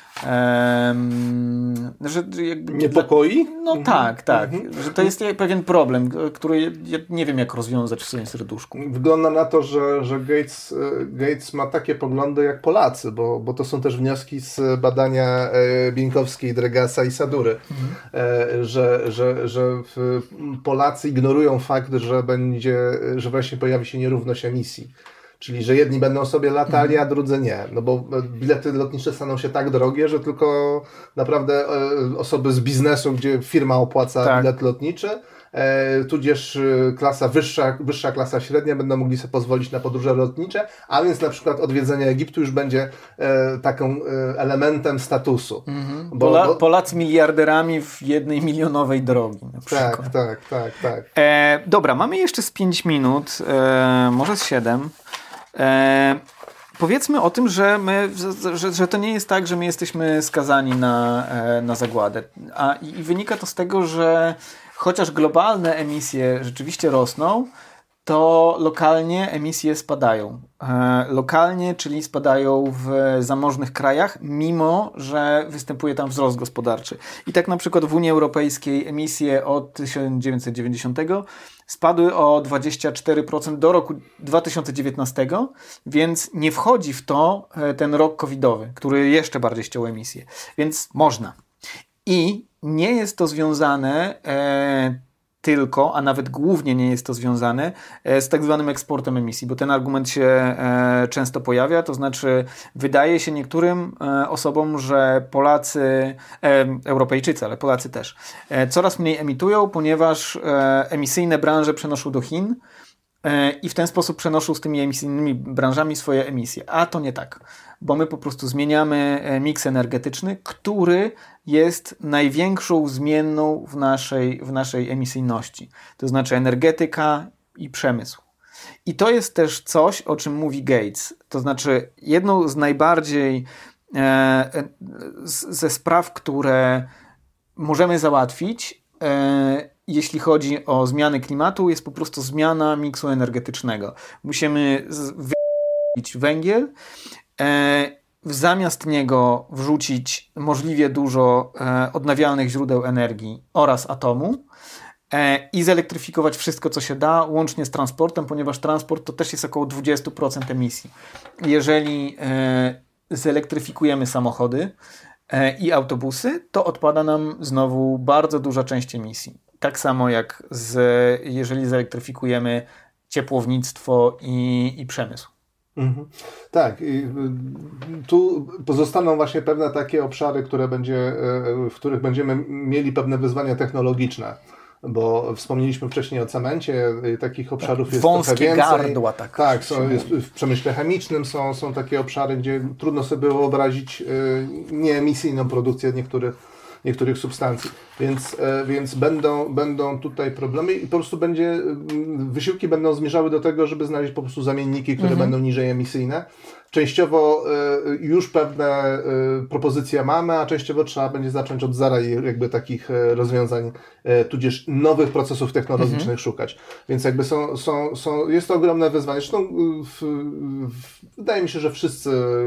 Um, że jakby niepokoi? No mhm. tak, tak. Mhm. Że to jest pewien problem, który ja nie wiem, jak rozwiązać w swoim serduszku. Wygląda na to, że, że Gates, Gates ma takie poglądy jak Polacy, bo, bo to są też wnioski z badania Bieńkowskiej, Dregasa i Sadury, mhm. że, że, że Polacy ignorują fakt, że będzie, że właśnie pojawi się nierówność emisji. Czyli, że jedni będą sobie latali, a drudzy nie. No bo bilety lotnicze staną się tak drogie, że tylko naprawdę osoby z biznesu, gdzie firma opłaca tak. bilet lotniczy, e, tudzież klasa wyższa, wyższa klasa średnia będą mogli sobie pozwolić na podróże lotnicze, a więc na przykład odwiedzenie Egiptu już będzie e, taką e, elementem statusu. Mhm. Bo, Pola, bo... Polacy miliarderami w jednej milionowej drogi. Na tak, tak, tak, tak. E, dobra, mamy jeszcze z pięć minut, e, może z siedem. E, powiedzmy o tym, że, my, że, że to nie jest tak, że my jesteśmy skazani na, na zagładę. A, i wynika to z tego, że chociaż globalne emisje rzeczywiście rosną, to lokalnie emisje spadają. E, lokalnie, czyli spadają w zamożnych krajach, mimo że występuje tam wzrost gospodarczy. I tak na przykład w Unii Europejskiej emisje od tysiąc dziewięćset dziewięćdziesiątego spadły o dwadzieścia cztery procent do roku dwa tysiące dziewiętnastego, więc nie wchodzi w to ten rok covidowy, który jeszcze bardziej ściął emisje. Więc można. I nie jest to związane e, tylko, a nawet głównie nie jest to związane e, z tak zwanym eksportem emisji, bo ten argument się e, często pojawia, to znaczy wydaje się niektórym e, osobom, że Polacy, e, Europejczycy, ale Polacy też, e, coraz mniej emitują, ponieważ e, emisyjne branże przenoszą do Chin e, i w ten sposób przenoszą z tymi emisyjnymi branżami swoje emisje. A to nie tak, bo my po prostu zmieniamy miks energetyczny, który jest największą zmienną w naszej, w naszej emisyjności. To znaczy energetyka i przemysł. I to jest też coś, o czym mówi Gates. To znaczy jedną z najbardziej e, z, ze spraw, które możemy załatwić, e, jeśli chodzi o zmiany klimatu, jest po prostu zmiana miksu energetycznego. Musimy wyjąć węgiel, e, zamiast niego wrzucić możliwie dużo e, odnawialnych źródeł energii oraz atomu e, i zelektryfikować wszystko, co się da, łącznie z transportem, ponieważ transport to też jest około dwadzieścia procent emisji. Jeżeli e, zelektryfikujemy samochody e, i autobusy, to odpada nam znowu bardzo duża część emisji. Tak samo jak z, jeżeli zelektryfikujemy ciepłownictwo i, i przemysł. Mhm. Tak, i tu pozostaną właśnie pewne takie obszary, które będzie, w których będziemy mieli pewne wyzwania technologiczne, bo wspomnieliśmy wcześniej o cemencie, takich obszarów tak, jest wąskie trochę więcej. Gardła, tak. Tak, są, jest, w przemyśle chemicznym są, są takie obszary, gdzie trudno sobie wyobrazić nieemisyjną produkcję niektórych niektórych substancji, więc, więc będą, będą tutaj problemy i po prostu będzie, wysiłki będą zmierzały do tego, żeby znaleźć po prostu zamienniki, które mhm. będą niżej emisyjne. Częściowo już pewne propozycje mamy, a częściowo trzeba będzie zacząć od zera i jakby takich rozwiązań, tudzież nowych procesów technologicznych mhm. szukać. Więc jakby są, są, są, jest to ogromne wyzwanie. Zresztą w, w, wydaje mi się, że wszyscy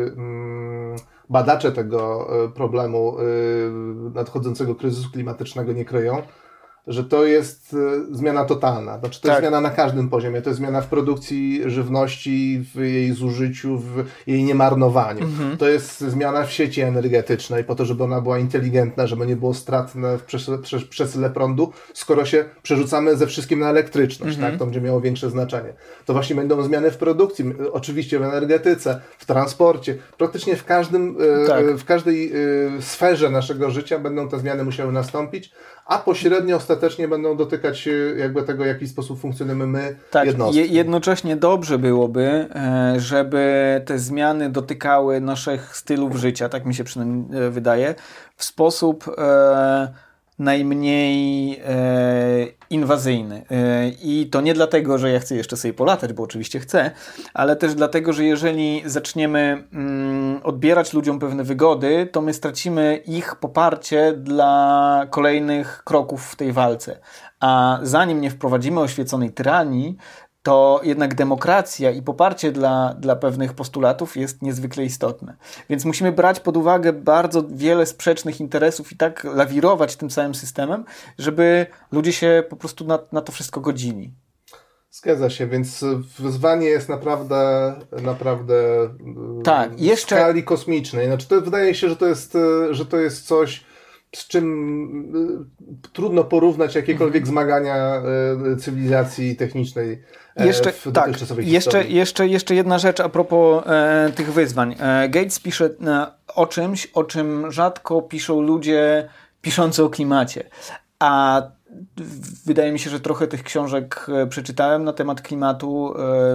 mm, badacze tego problemu nadchodzącego kryzysu klimatycznego nie kryją, że to jest zmiana totalna. Znaczy to tak. jest zmiana na każdym poziomie. To jest zmiana w produkcji żywności, w jej zużyciu, w jej niemarnowaniu. Mhm. To jest zmiana w sieci energetycznej po to, żeby ona była inteligentna, żeby nie było stratne w przesyle prądu, skoro się przerzucamy ze wszystkim na elektryczność. Mhm. Tak? To będzie miało większe znaczenie. To właśnie będą zmiany w produkcji, oczywiście w energetyce, w transporcie, praktycznie w każdym, tak. w każdej sferze naszego życia będą te zmiany musiały nastąpić, a pośrednio ostatecznie będą dotykać jakby tego, w jaki sposób funkcjonujemy my, tak, jednostki. Je- jednocześnie dobrze byłoby, żeby te zmiany dotykały naszych stylów życia, tak mi się przynajmniej wydaje, w sposób e, najmniej e, inwazyjny. E, I to nie dlatego, że ja chcę jeszcze sobie polatać, bo oczywiście chcę, ale też dlatego, że jeżeli zaczniemy mm, odbierać ludziom pewne wygody, to my stracimy ich poparcie dla kolejnych kroków w tej walce. A zanim nie wprowadzimy oświeconej tyranii, to jednak demokracja i poparcie dla, dla pewnych postulatów jest niezwykle istotne. Więc musimy brać pod uwagę bardzo wiele sprzecznych interesów i tak lawirować tym całym systemem, żeby ludzie się po prostu na, na to wszystko godzili. Zgadza się, więc wyzwanie jest naprawdę naprawdę tak, w jeszcze... skali kosmicznej. Znaczy to wydaje się, że to jest, że to jest coś, z czym trudno porównać jakiekolwiek mhm. zmagania cywilizacji technicznej jeszcze, w tak, dotychczasowej jeszcze, historii. Jeszcze, jeszcze jedna rzecz a propos e, tych wyzwań. E, Gates pisze e, o czymś, o czym rzadko piszą ludzie piszący o klimacie. A wydaje mi się, że trochę tych książek przeczytałem na temat klimatu,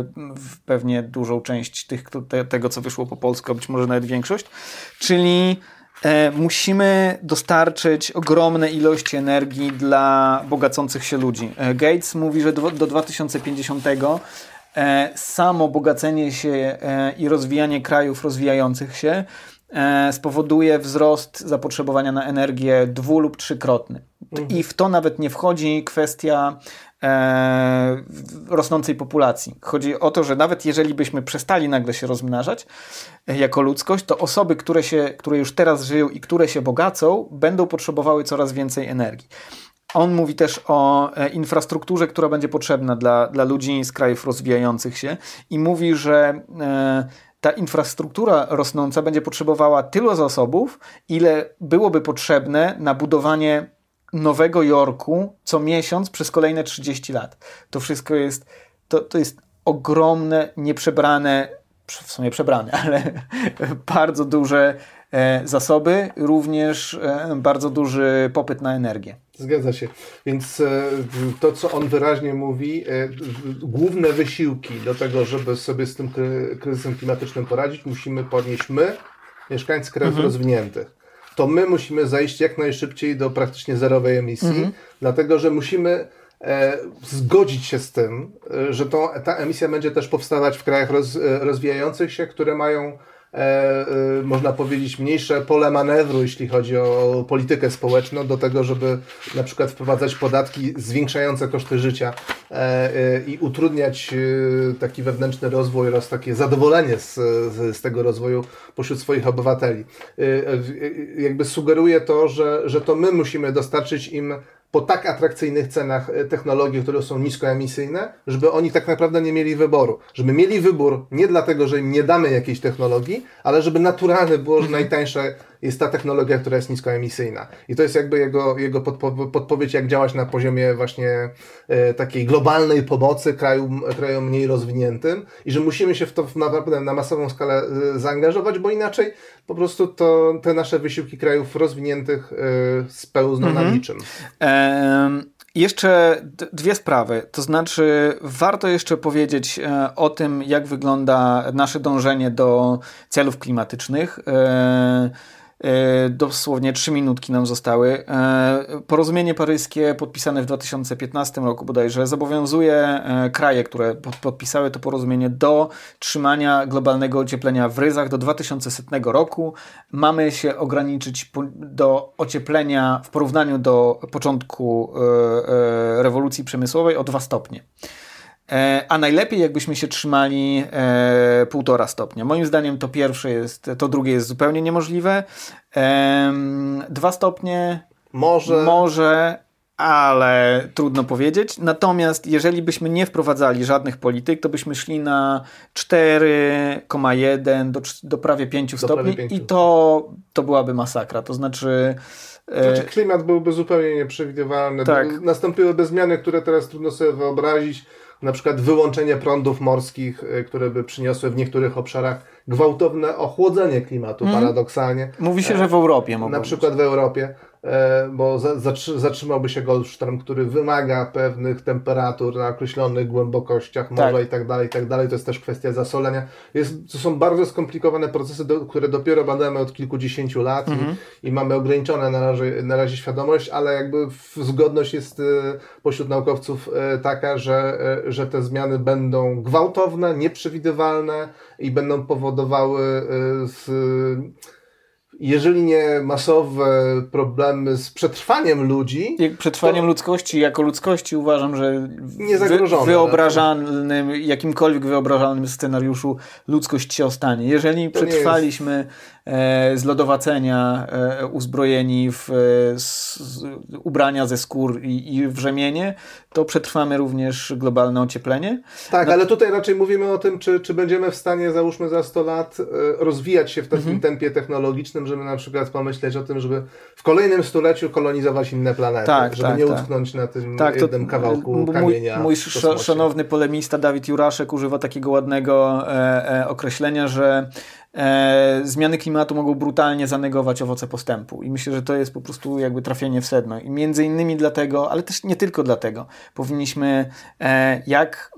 pewnie dużą część tych, te, tego, co wyszło po polsku, a być może nawet większość, czyli musimy dostarczyć ogromne ilości energii dla bogacących się ludzi. Gates mówi, że do, do dwa tysiące pięćdziesiątego samo bogacenie się i rozwijanie krajów rozwijających się e, spowoduje wzrost zapotrzebowania na energię dwu- lub trzykrotny. Mhm. I w to nawet nie wchodzi kwestia e, rosnącej populacji. Chodzi o to, że nawet jeżeli byśmy przestali nagle się rozmnażać e, jako ludzkość, to osoby, które, się, które już teraz żyją i które się bogacą, będą potrzebowały coraz więcej energii. On mówi też o e, infrastrukturze, która będzie potrzebna dla, dla ludzi z krajów rozwijających się i mówi, że e, ta infrastruktura rosnąca będzie potrzebowała tylu zasobów, ile byłoby potrzebne na budowanie Nowego Jorku co miesiąc przez kolejne trzydzieści lat. To wszystko jest, to, to jest ogromne, nieprzebrane, w sumie przebrane, ale bardzo duże e, zasoby, również e, bardzo duży popyt na energię. Zgadza się. Więc e, to, co on wyraźnie mówi, e, główne wysiłki do tego, żeby sobie z tym kry, kryzysem klimatycznym poradzić, musimy podnieść my, mieszkańcy krajów mhm. rozwiniętych. To my musimy zejść jak najszybciej do praktycznie zerowej emisji, mhm. dlatego że musimy e, zgodzić się z tym, e, że to, ta emisja będzie też powstawać w krajach roz, e, rozwijających się, które mają E, e, można powiedzieć mniejsze pole manewru, jeśli chodzi o politykę społeczną, do tego, żeby na przykład wprowadzać podatki zwiększające koszty życia e, e, i utrudniać e, taki wewnętrzny rozwój oraz takie zadowolenie z, z, z tego rozwoju pośród swoich obywateli. E, e, jakby sugeruje to, że, że to my musimy dostarczyć im po tak atrakcyjnych cenach technologii, które są niskoemisyjne, żeby oni tak naprawdę nie mieli wyboru. Żeby mieli wybór nie dlatego, że im nie damy jakiejś technologii, ale żeby naturalne było, że najtańsze jest ta technologia, która jest niskoemisyjna. I to jest jakby jego, jego podpo- podpowiedź, jak działać na poziomie właśnie e, takiej globalnej pomocy krajom, krajom mniej rozwiniętym i że musimy się w to naprawdę na masową skalę e, zaangażować, bo inaczej po prostu to te nasze wysiłki krajów rozwiniętych e, spełzną mhm. na niczym. Um... Jeszcze dwie sprawy, to znaczy warto jeszcze powiedzieć e, o tym, jak wygląda nasze dążenie do celów klimatycznych. E, e, dosłownie trzy minutki nam zostały. E, porozumienie paryskie podpisane w dwa tysiące piętnastym roku bodajże zobowiązuje e, kraje, które pod, podpisały to porozumienie do trzymania globalnego ocieplenia w ryzach do dwa tysiące setnego roku. Mamy się ograniczyć po, do ocieplenia w porównaniu do początku e, e, rewolucji przemysłowej o dwa stopnie. E, a najlepiej jakbyśmy się trzymali e, półtora stopnia. Moim zdaniem to pierwsze jest, to drugie jest zupełnie niemożliwe. E, dwa stopnie może, może ale trudno powiedzieć. Natomiast jeżeli byśmy nie wprowadzali żadnych polityk, to byśmy szli na cztery przecinek jeden do, do prawie pięć stopni prawie i to, to byłaby masakra. To znaczy... Znaczy klimat byłby zupełnie nieprzewidywalny. Tak. Nastąpiłyby zmiany, które teraz trudno sobie wyobrazić. Na przykład wyłączenie prądów morskich, które by przyniosły w niektórych obszarach gwałtowne ochłodzenie klimatu, mm. paradoksalnie. Mówi się, że w Europie mogą Na być. przykład w Europie, bo zatrzymałby się Golfsztorm, który wymaga pewnych temperatur na określonych głębokościach morza tak. i tak dalej, i tak dalej. To jest też kwestia zasolenia. Jest, to są bardzo skomplikowane procesy, do, które dopiero badamy od kilkudziesięciu lat mm-hmm. i, i mamy ograniczone na razie, na razie świadomość, ale jakby zgodność jest pośród naukowców taka, że, że te zmiany będą gwałtowne, nieprzewidywalne i będą powodowały z, jeżeli nie masowe problemy z przetrwaniem ludzi... Przetrwaniem ludzkości, jako ludzkości uważam, że niezagrożone, w wyobrażalnym, no to... jakimkolwiek wyobrażalnym scenariuszu ludzkość się ostanie. Jeżeli to przetrwaliśmy jest... e, z lodowacenia e, uzbrojeni w e, z, z, ubrania ze skór i, i wrzemienie, to przetrwamy również globalne ocieplenie. Tak, no... ale tutaj raczej mówimy o tym, czy, czy będziemy w stanie, załóżmy za sto lat, e, rozwijać się w takim mhm. tempie technologicznym, żeby na przykład pomyśleć o tym, żeby w kolejnym stuleciu kolonizować inne planety, tak, żeby tak, nie tak. utknąć na tym tak, jednym kawałku mój, kamienia. Mój sz- szanowny polemista Dawid Juraszek używa takiego ładnego e, e, określenia, że E, zmiany klimatu mogą brutalnie zanegować owoce postępu i myślę, że to jest po prostu jakby trafienie w sedno i między innymi dlatego, ale też nie tylko dlatego, powinniśmy e, jak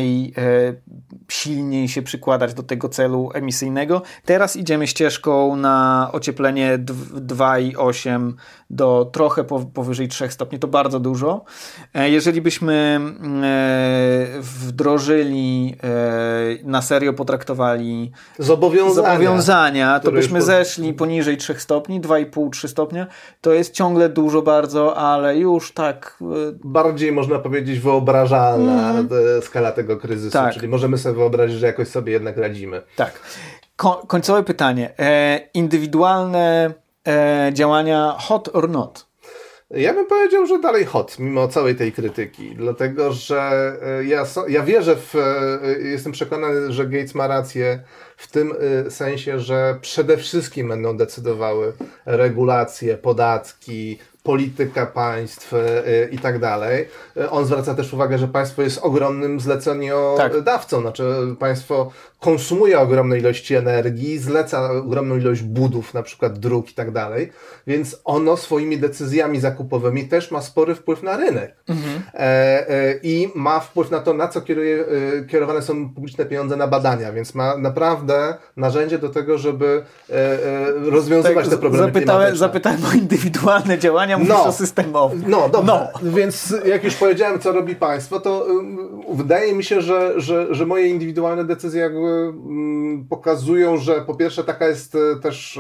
najsilniej się przykładać do tego celu emisyjnego. Teraz idziemy ścieżką na ocieplenie dwa przecinek osiem do trochę powyżej trzech stopni, to bardzo dużo. E, jeżeli byśmy e, wdrożyli, e, na serio potraktowali zobowiązali zobowiązania, to byśmy pod... zeszli poniżej trzech stopni, dwa i pół do trzech stopnia. To jest ciągle dużo bardzo, ale już tak... Bardziej można powiedzieć wyobrażalna mm. skala tego kryzysu, tak. Czyli możemy sobie wyobrazić, że jakoś sobie jednak radzimy. Tak. Ko- końcowe pytanie. E, indywidualne e, działania hot or not? Ja bym powiedział, że dalej hot, mimo całej tej krytyki, dlatego że ja, ja wierzę w, jestem przekonany, że Gates ma rację w tym sensie, że przede wszystkim będą decydowały regulacje, podatki, polityka państw y, i tak dalej. On zwraca też uwagę, że państwo jest ogromnym zleceniodawcą, tak. Znaczy państwo konsumuje ogromne ilości energii, zleca ogromną ilość budów, na przykład dróg i tak dalej, więc ono swoimi decyzjami zakupowymi też ma spory wpływ na rynek. Mhm. E, e, i ma wpływ na to, na co kieruje, e, kierowane są publiczne pieniądze na badania, więc ma naprawdę narzędzie do tego, żeby e, e, rozwiązywać tak, te problemy zapytałem, klimatyczne. Zapytałem o indywidualne działania, mówisz no, o systemowych. No, dobrze. No. Więc jak już powiedziałem, co robi państwo, to um, wydaje mi się, że, że, że moje indywidualne decyzje jakby um, pokazują, że po pierwsze taka jest też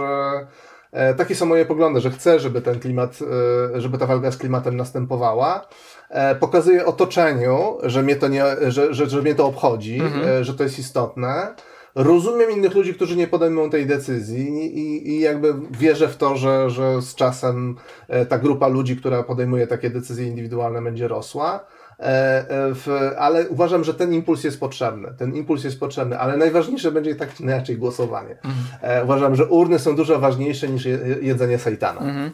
e, takie są moje poglądy, że chcę, żeby ten klimat, e, żeby ta walka z klimatem następowała. E, pokazuję otoczeniu, że mnie to nie, że, że, że mnie to obchodzi, mhm. e, że to jest istotne. Rozumiem innych ludzi, którzy nie podejmą tej decyzji i, i jakby wierzę w to, że, że z czasem ta grupa ludzi, która podejmuje takie decyzje indywidualne, będzie rosła. W, ale uważam, że ten impuls jest potrzebny. Ten impuls jest potrzebny, ale najważniejsze będzie tak czy inaczej głosowanie. Mhm. Uważam, że urny są dużo ważniejsze niż jedzenie sejtana. Mhm.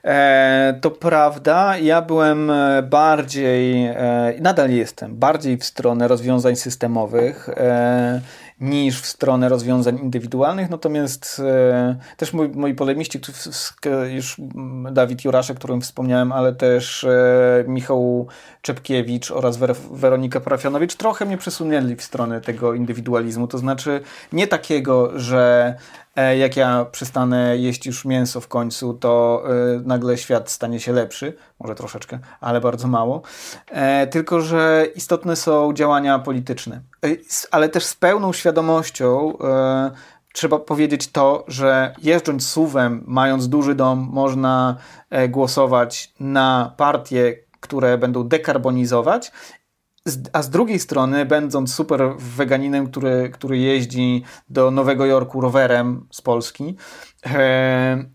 E, to prawda. Ja byłem bardziej, e, nadal jestem, bardziej w stronę rozwiązań systemowych e, niż w stronę rozwiązań indywidualnych, natomiast e, też moi, moi polemiści, już Dawid Juraszek, o którym wspomniałem, ale też e, Michał Czepkiewicz oraz Wer- Weronika Parafianowicz trochę mnie przesunęli w stronę tego indywidualizmu, to znaczy nie takiego, że e, jak ja przestanę jeść już mięso w końcu, to e, nagle świat stanie się lepszy, może troszeczkę, ale bardzo mało, e, tylko że istotne są działania polityczne, e, ale też z pełną świadomością e, trzeba powiedzieć to, że jeżdżąc suwem, mając duży dom, można e, głosować na partie, które będą dekarbonizować, a z drugiej strony, będąc super weganinem, który, który jeździ do Nowego Jorku rowerem z Polski, e, e,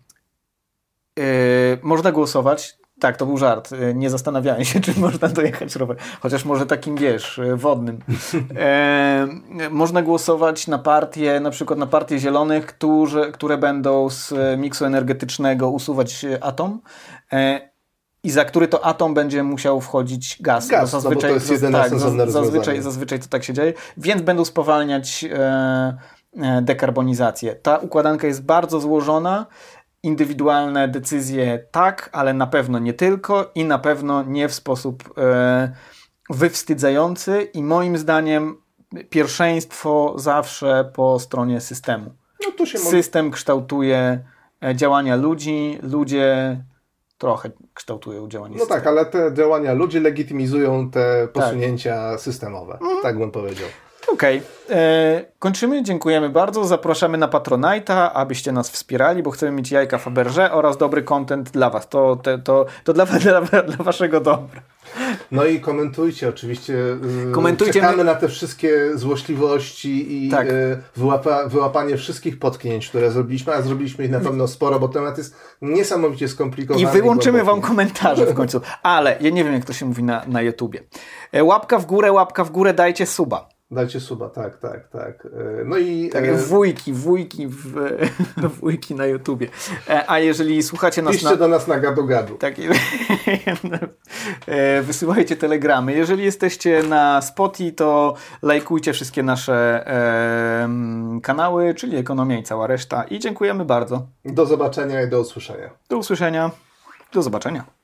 można głosować. Tak, to był żart. Nie zastanawiałem się, czy można dojechać rower. Chociaż może takim, wiesz, wodnym. E, można głosować na partie, na przykład na partie zielonych, którzy, które będą z miksu energetycznego usuwać atom. E, I za który to atom będzie musiał wchodzić gaz. Gaz, no zazwyczaj, no bo to jest jedyne tak, sensowne zazwyczaj, zazwyczaj to tak się dzieje. Więc będą spowalniać e, e, dekarbonizację. Ta układanka jest bardzo złożona. Indywidualne decyzje tak, ale na pewno nie tylko i na pewno nie w sposób e, wywstydzający i moim zdaniem pierwszeństwo zawsze po stronie systemu. No tu się System może... kształtuje działania ludzi, ludzie trochę kształtują działania No systemu. tak, ale te działania ludzi legitymizują te posunięcia tak. systemowe. Mhm. Tak bym powiedział. Okej, okay. Kończymy, dziękujemy bardzo, zapraszamy na Patronite'a, abyście nas wspierali, bo chcemy mieć jajka Fabergé oraz dobry content dla was, to, to, to, to dla, dla, dla waszego dobra. No i komentujcie oczywiście, komentujcie czekamy my... na te wszystkie złośliwości i tak. wyłapa, wyłapanie wszystkich potknięć, które zrobiliśmy, a zrobiliśmy ich na pewno sporo, bo temat jest niesamowicie skomplikowany. I wyłączymy wam komentarze w końcu, ale ja nie wiem, jak to się mówi na, na YouTubie. Łapka w górę, łapka w górę, dajcie suba. Dajcie suba, tak, tak, tak. No i... Tak, wujki, wujki, w, wujki na YouTubie. A jeżeli słuchacie nas Piszcie na... do nas na gadu-gadu. Tak, wysyłajcie telegramy. Jeżeli jesteście na Spotify, to lajkujcie wszystkie nasze e, kanały, czyli Ekonomia i cała reszta. I dziękujemy bardzo. Do zobaczenia i do usłyszenia. Do usłyszenia. Do zobaczenia.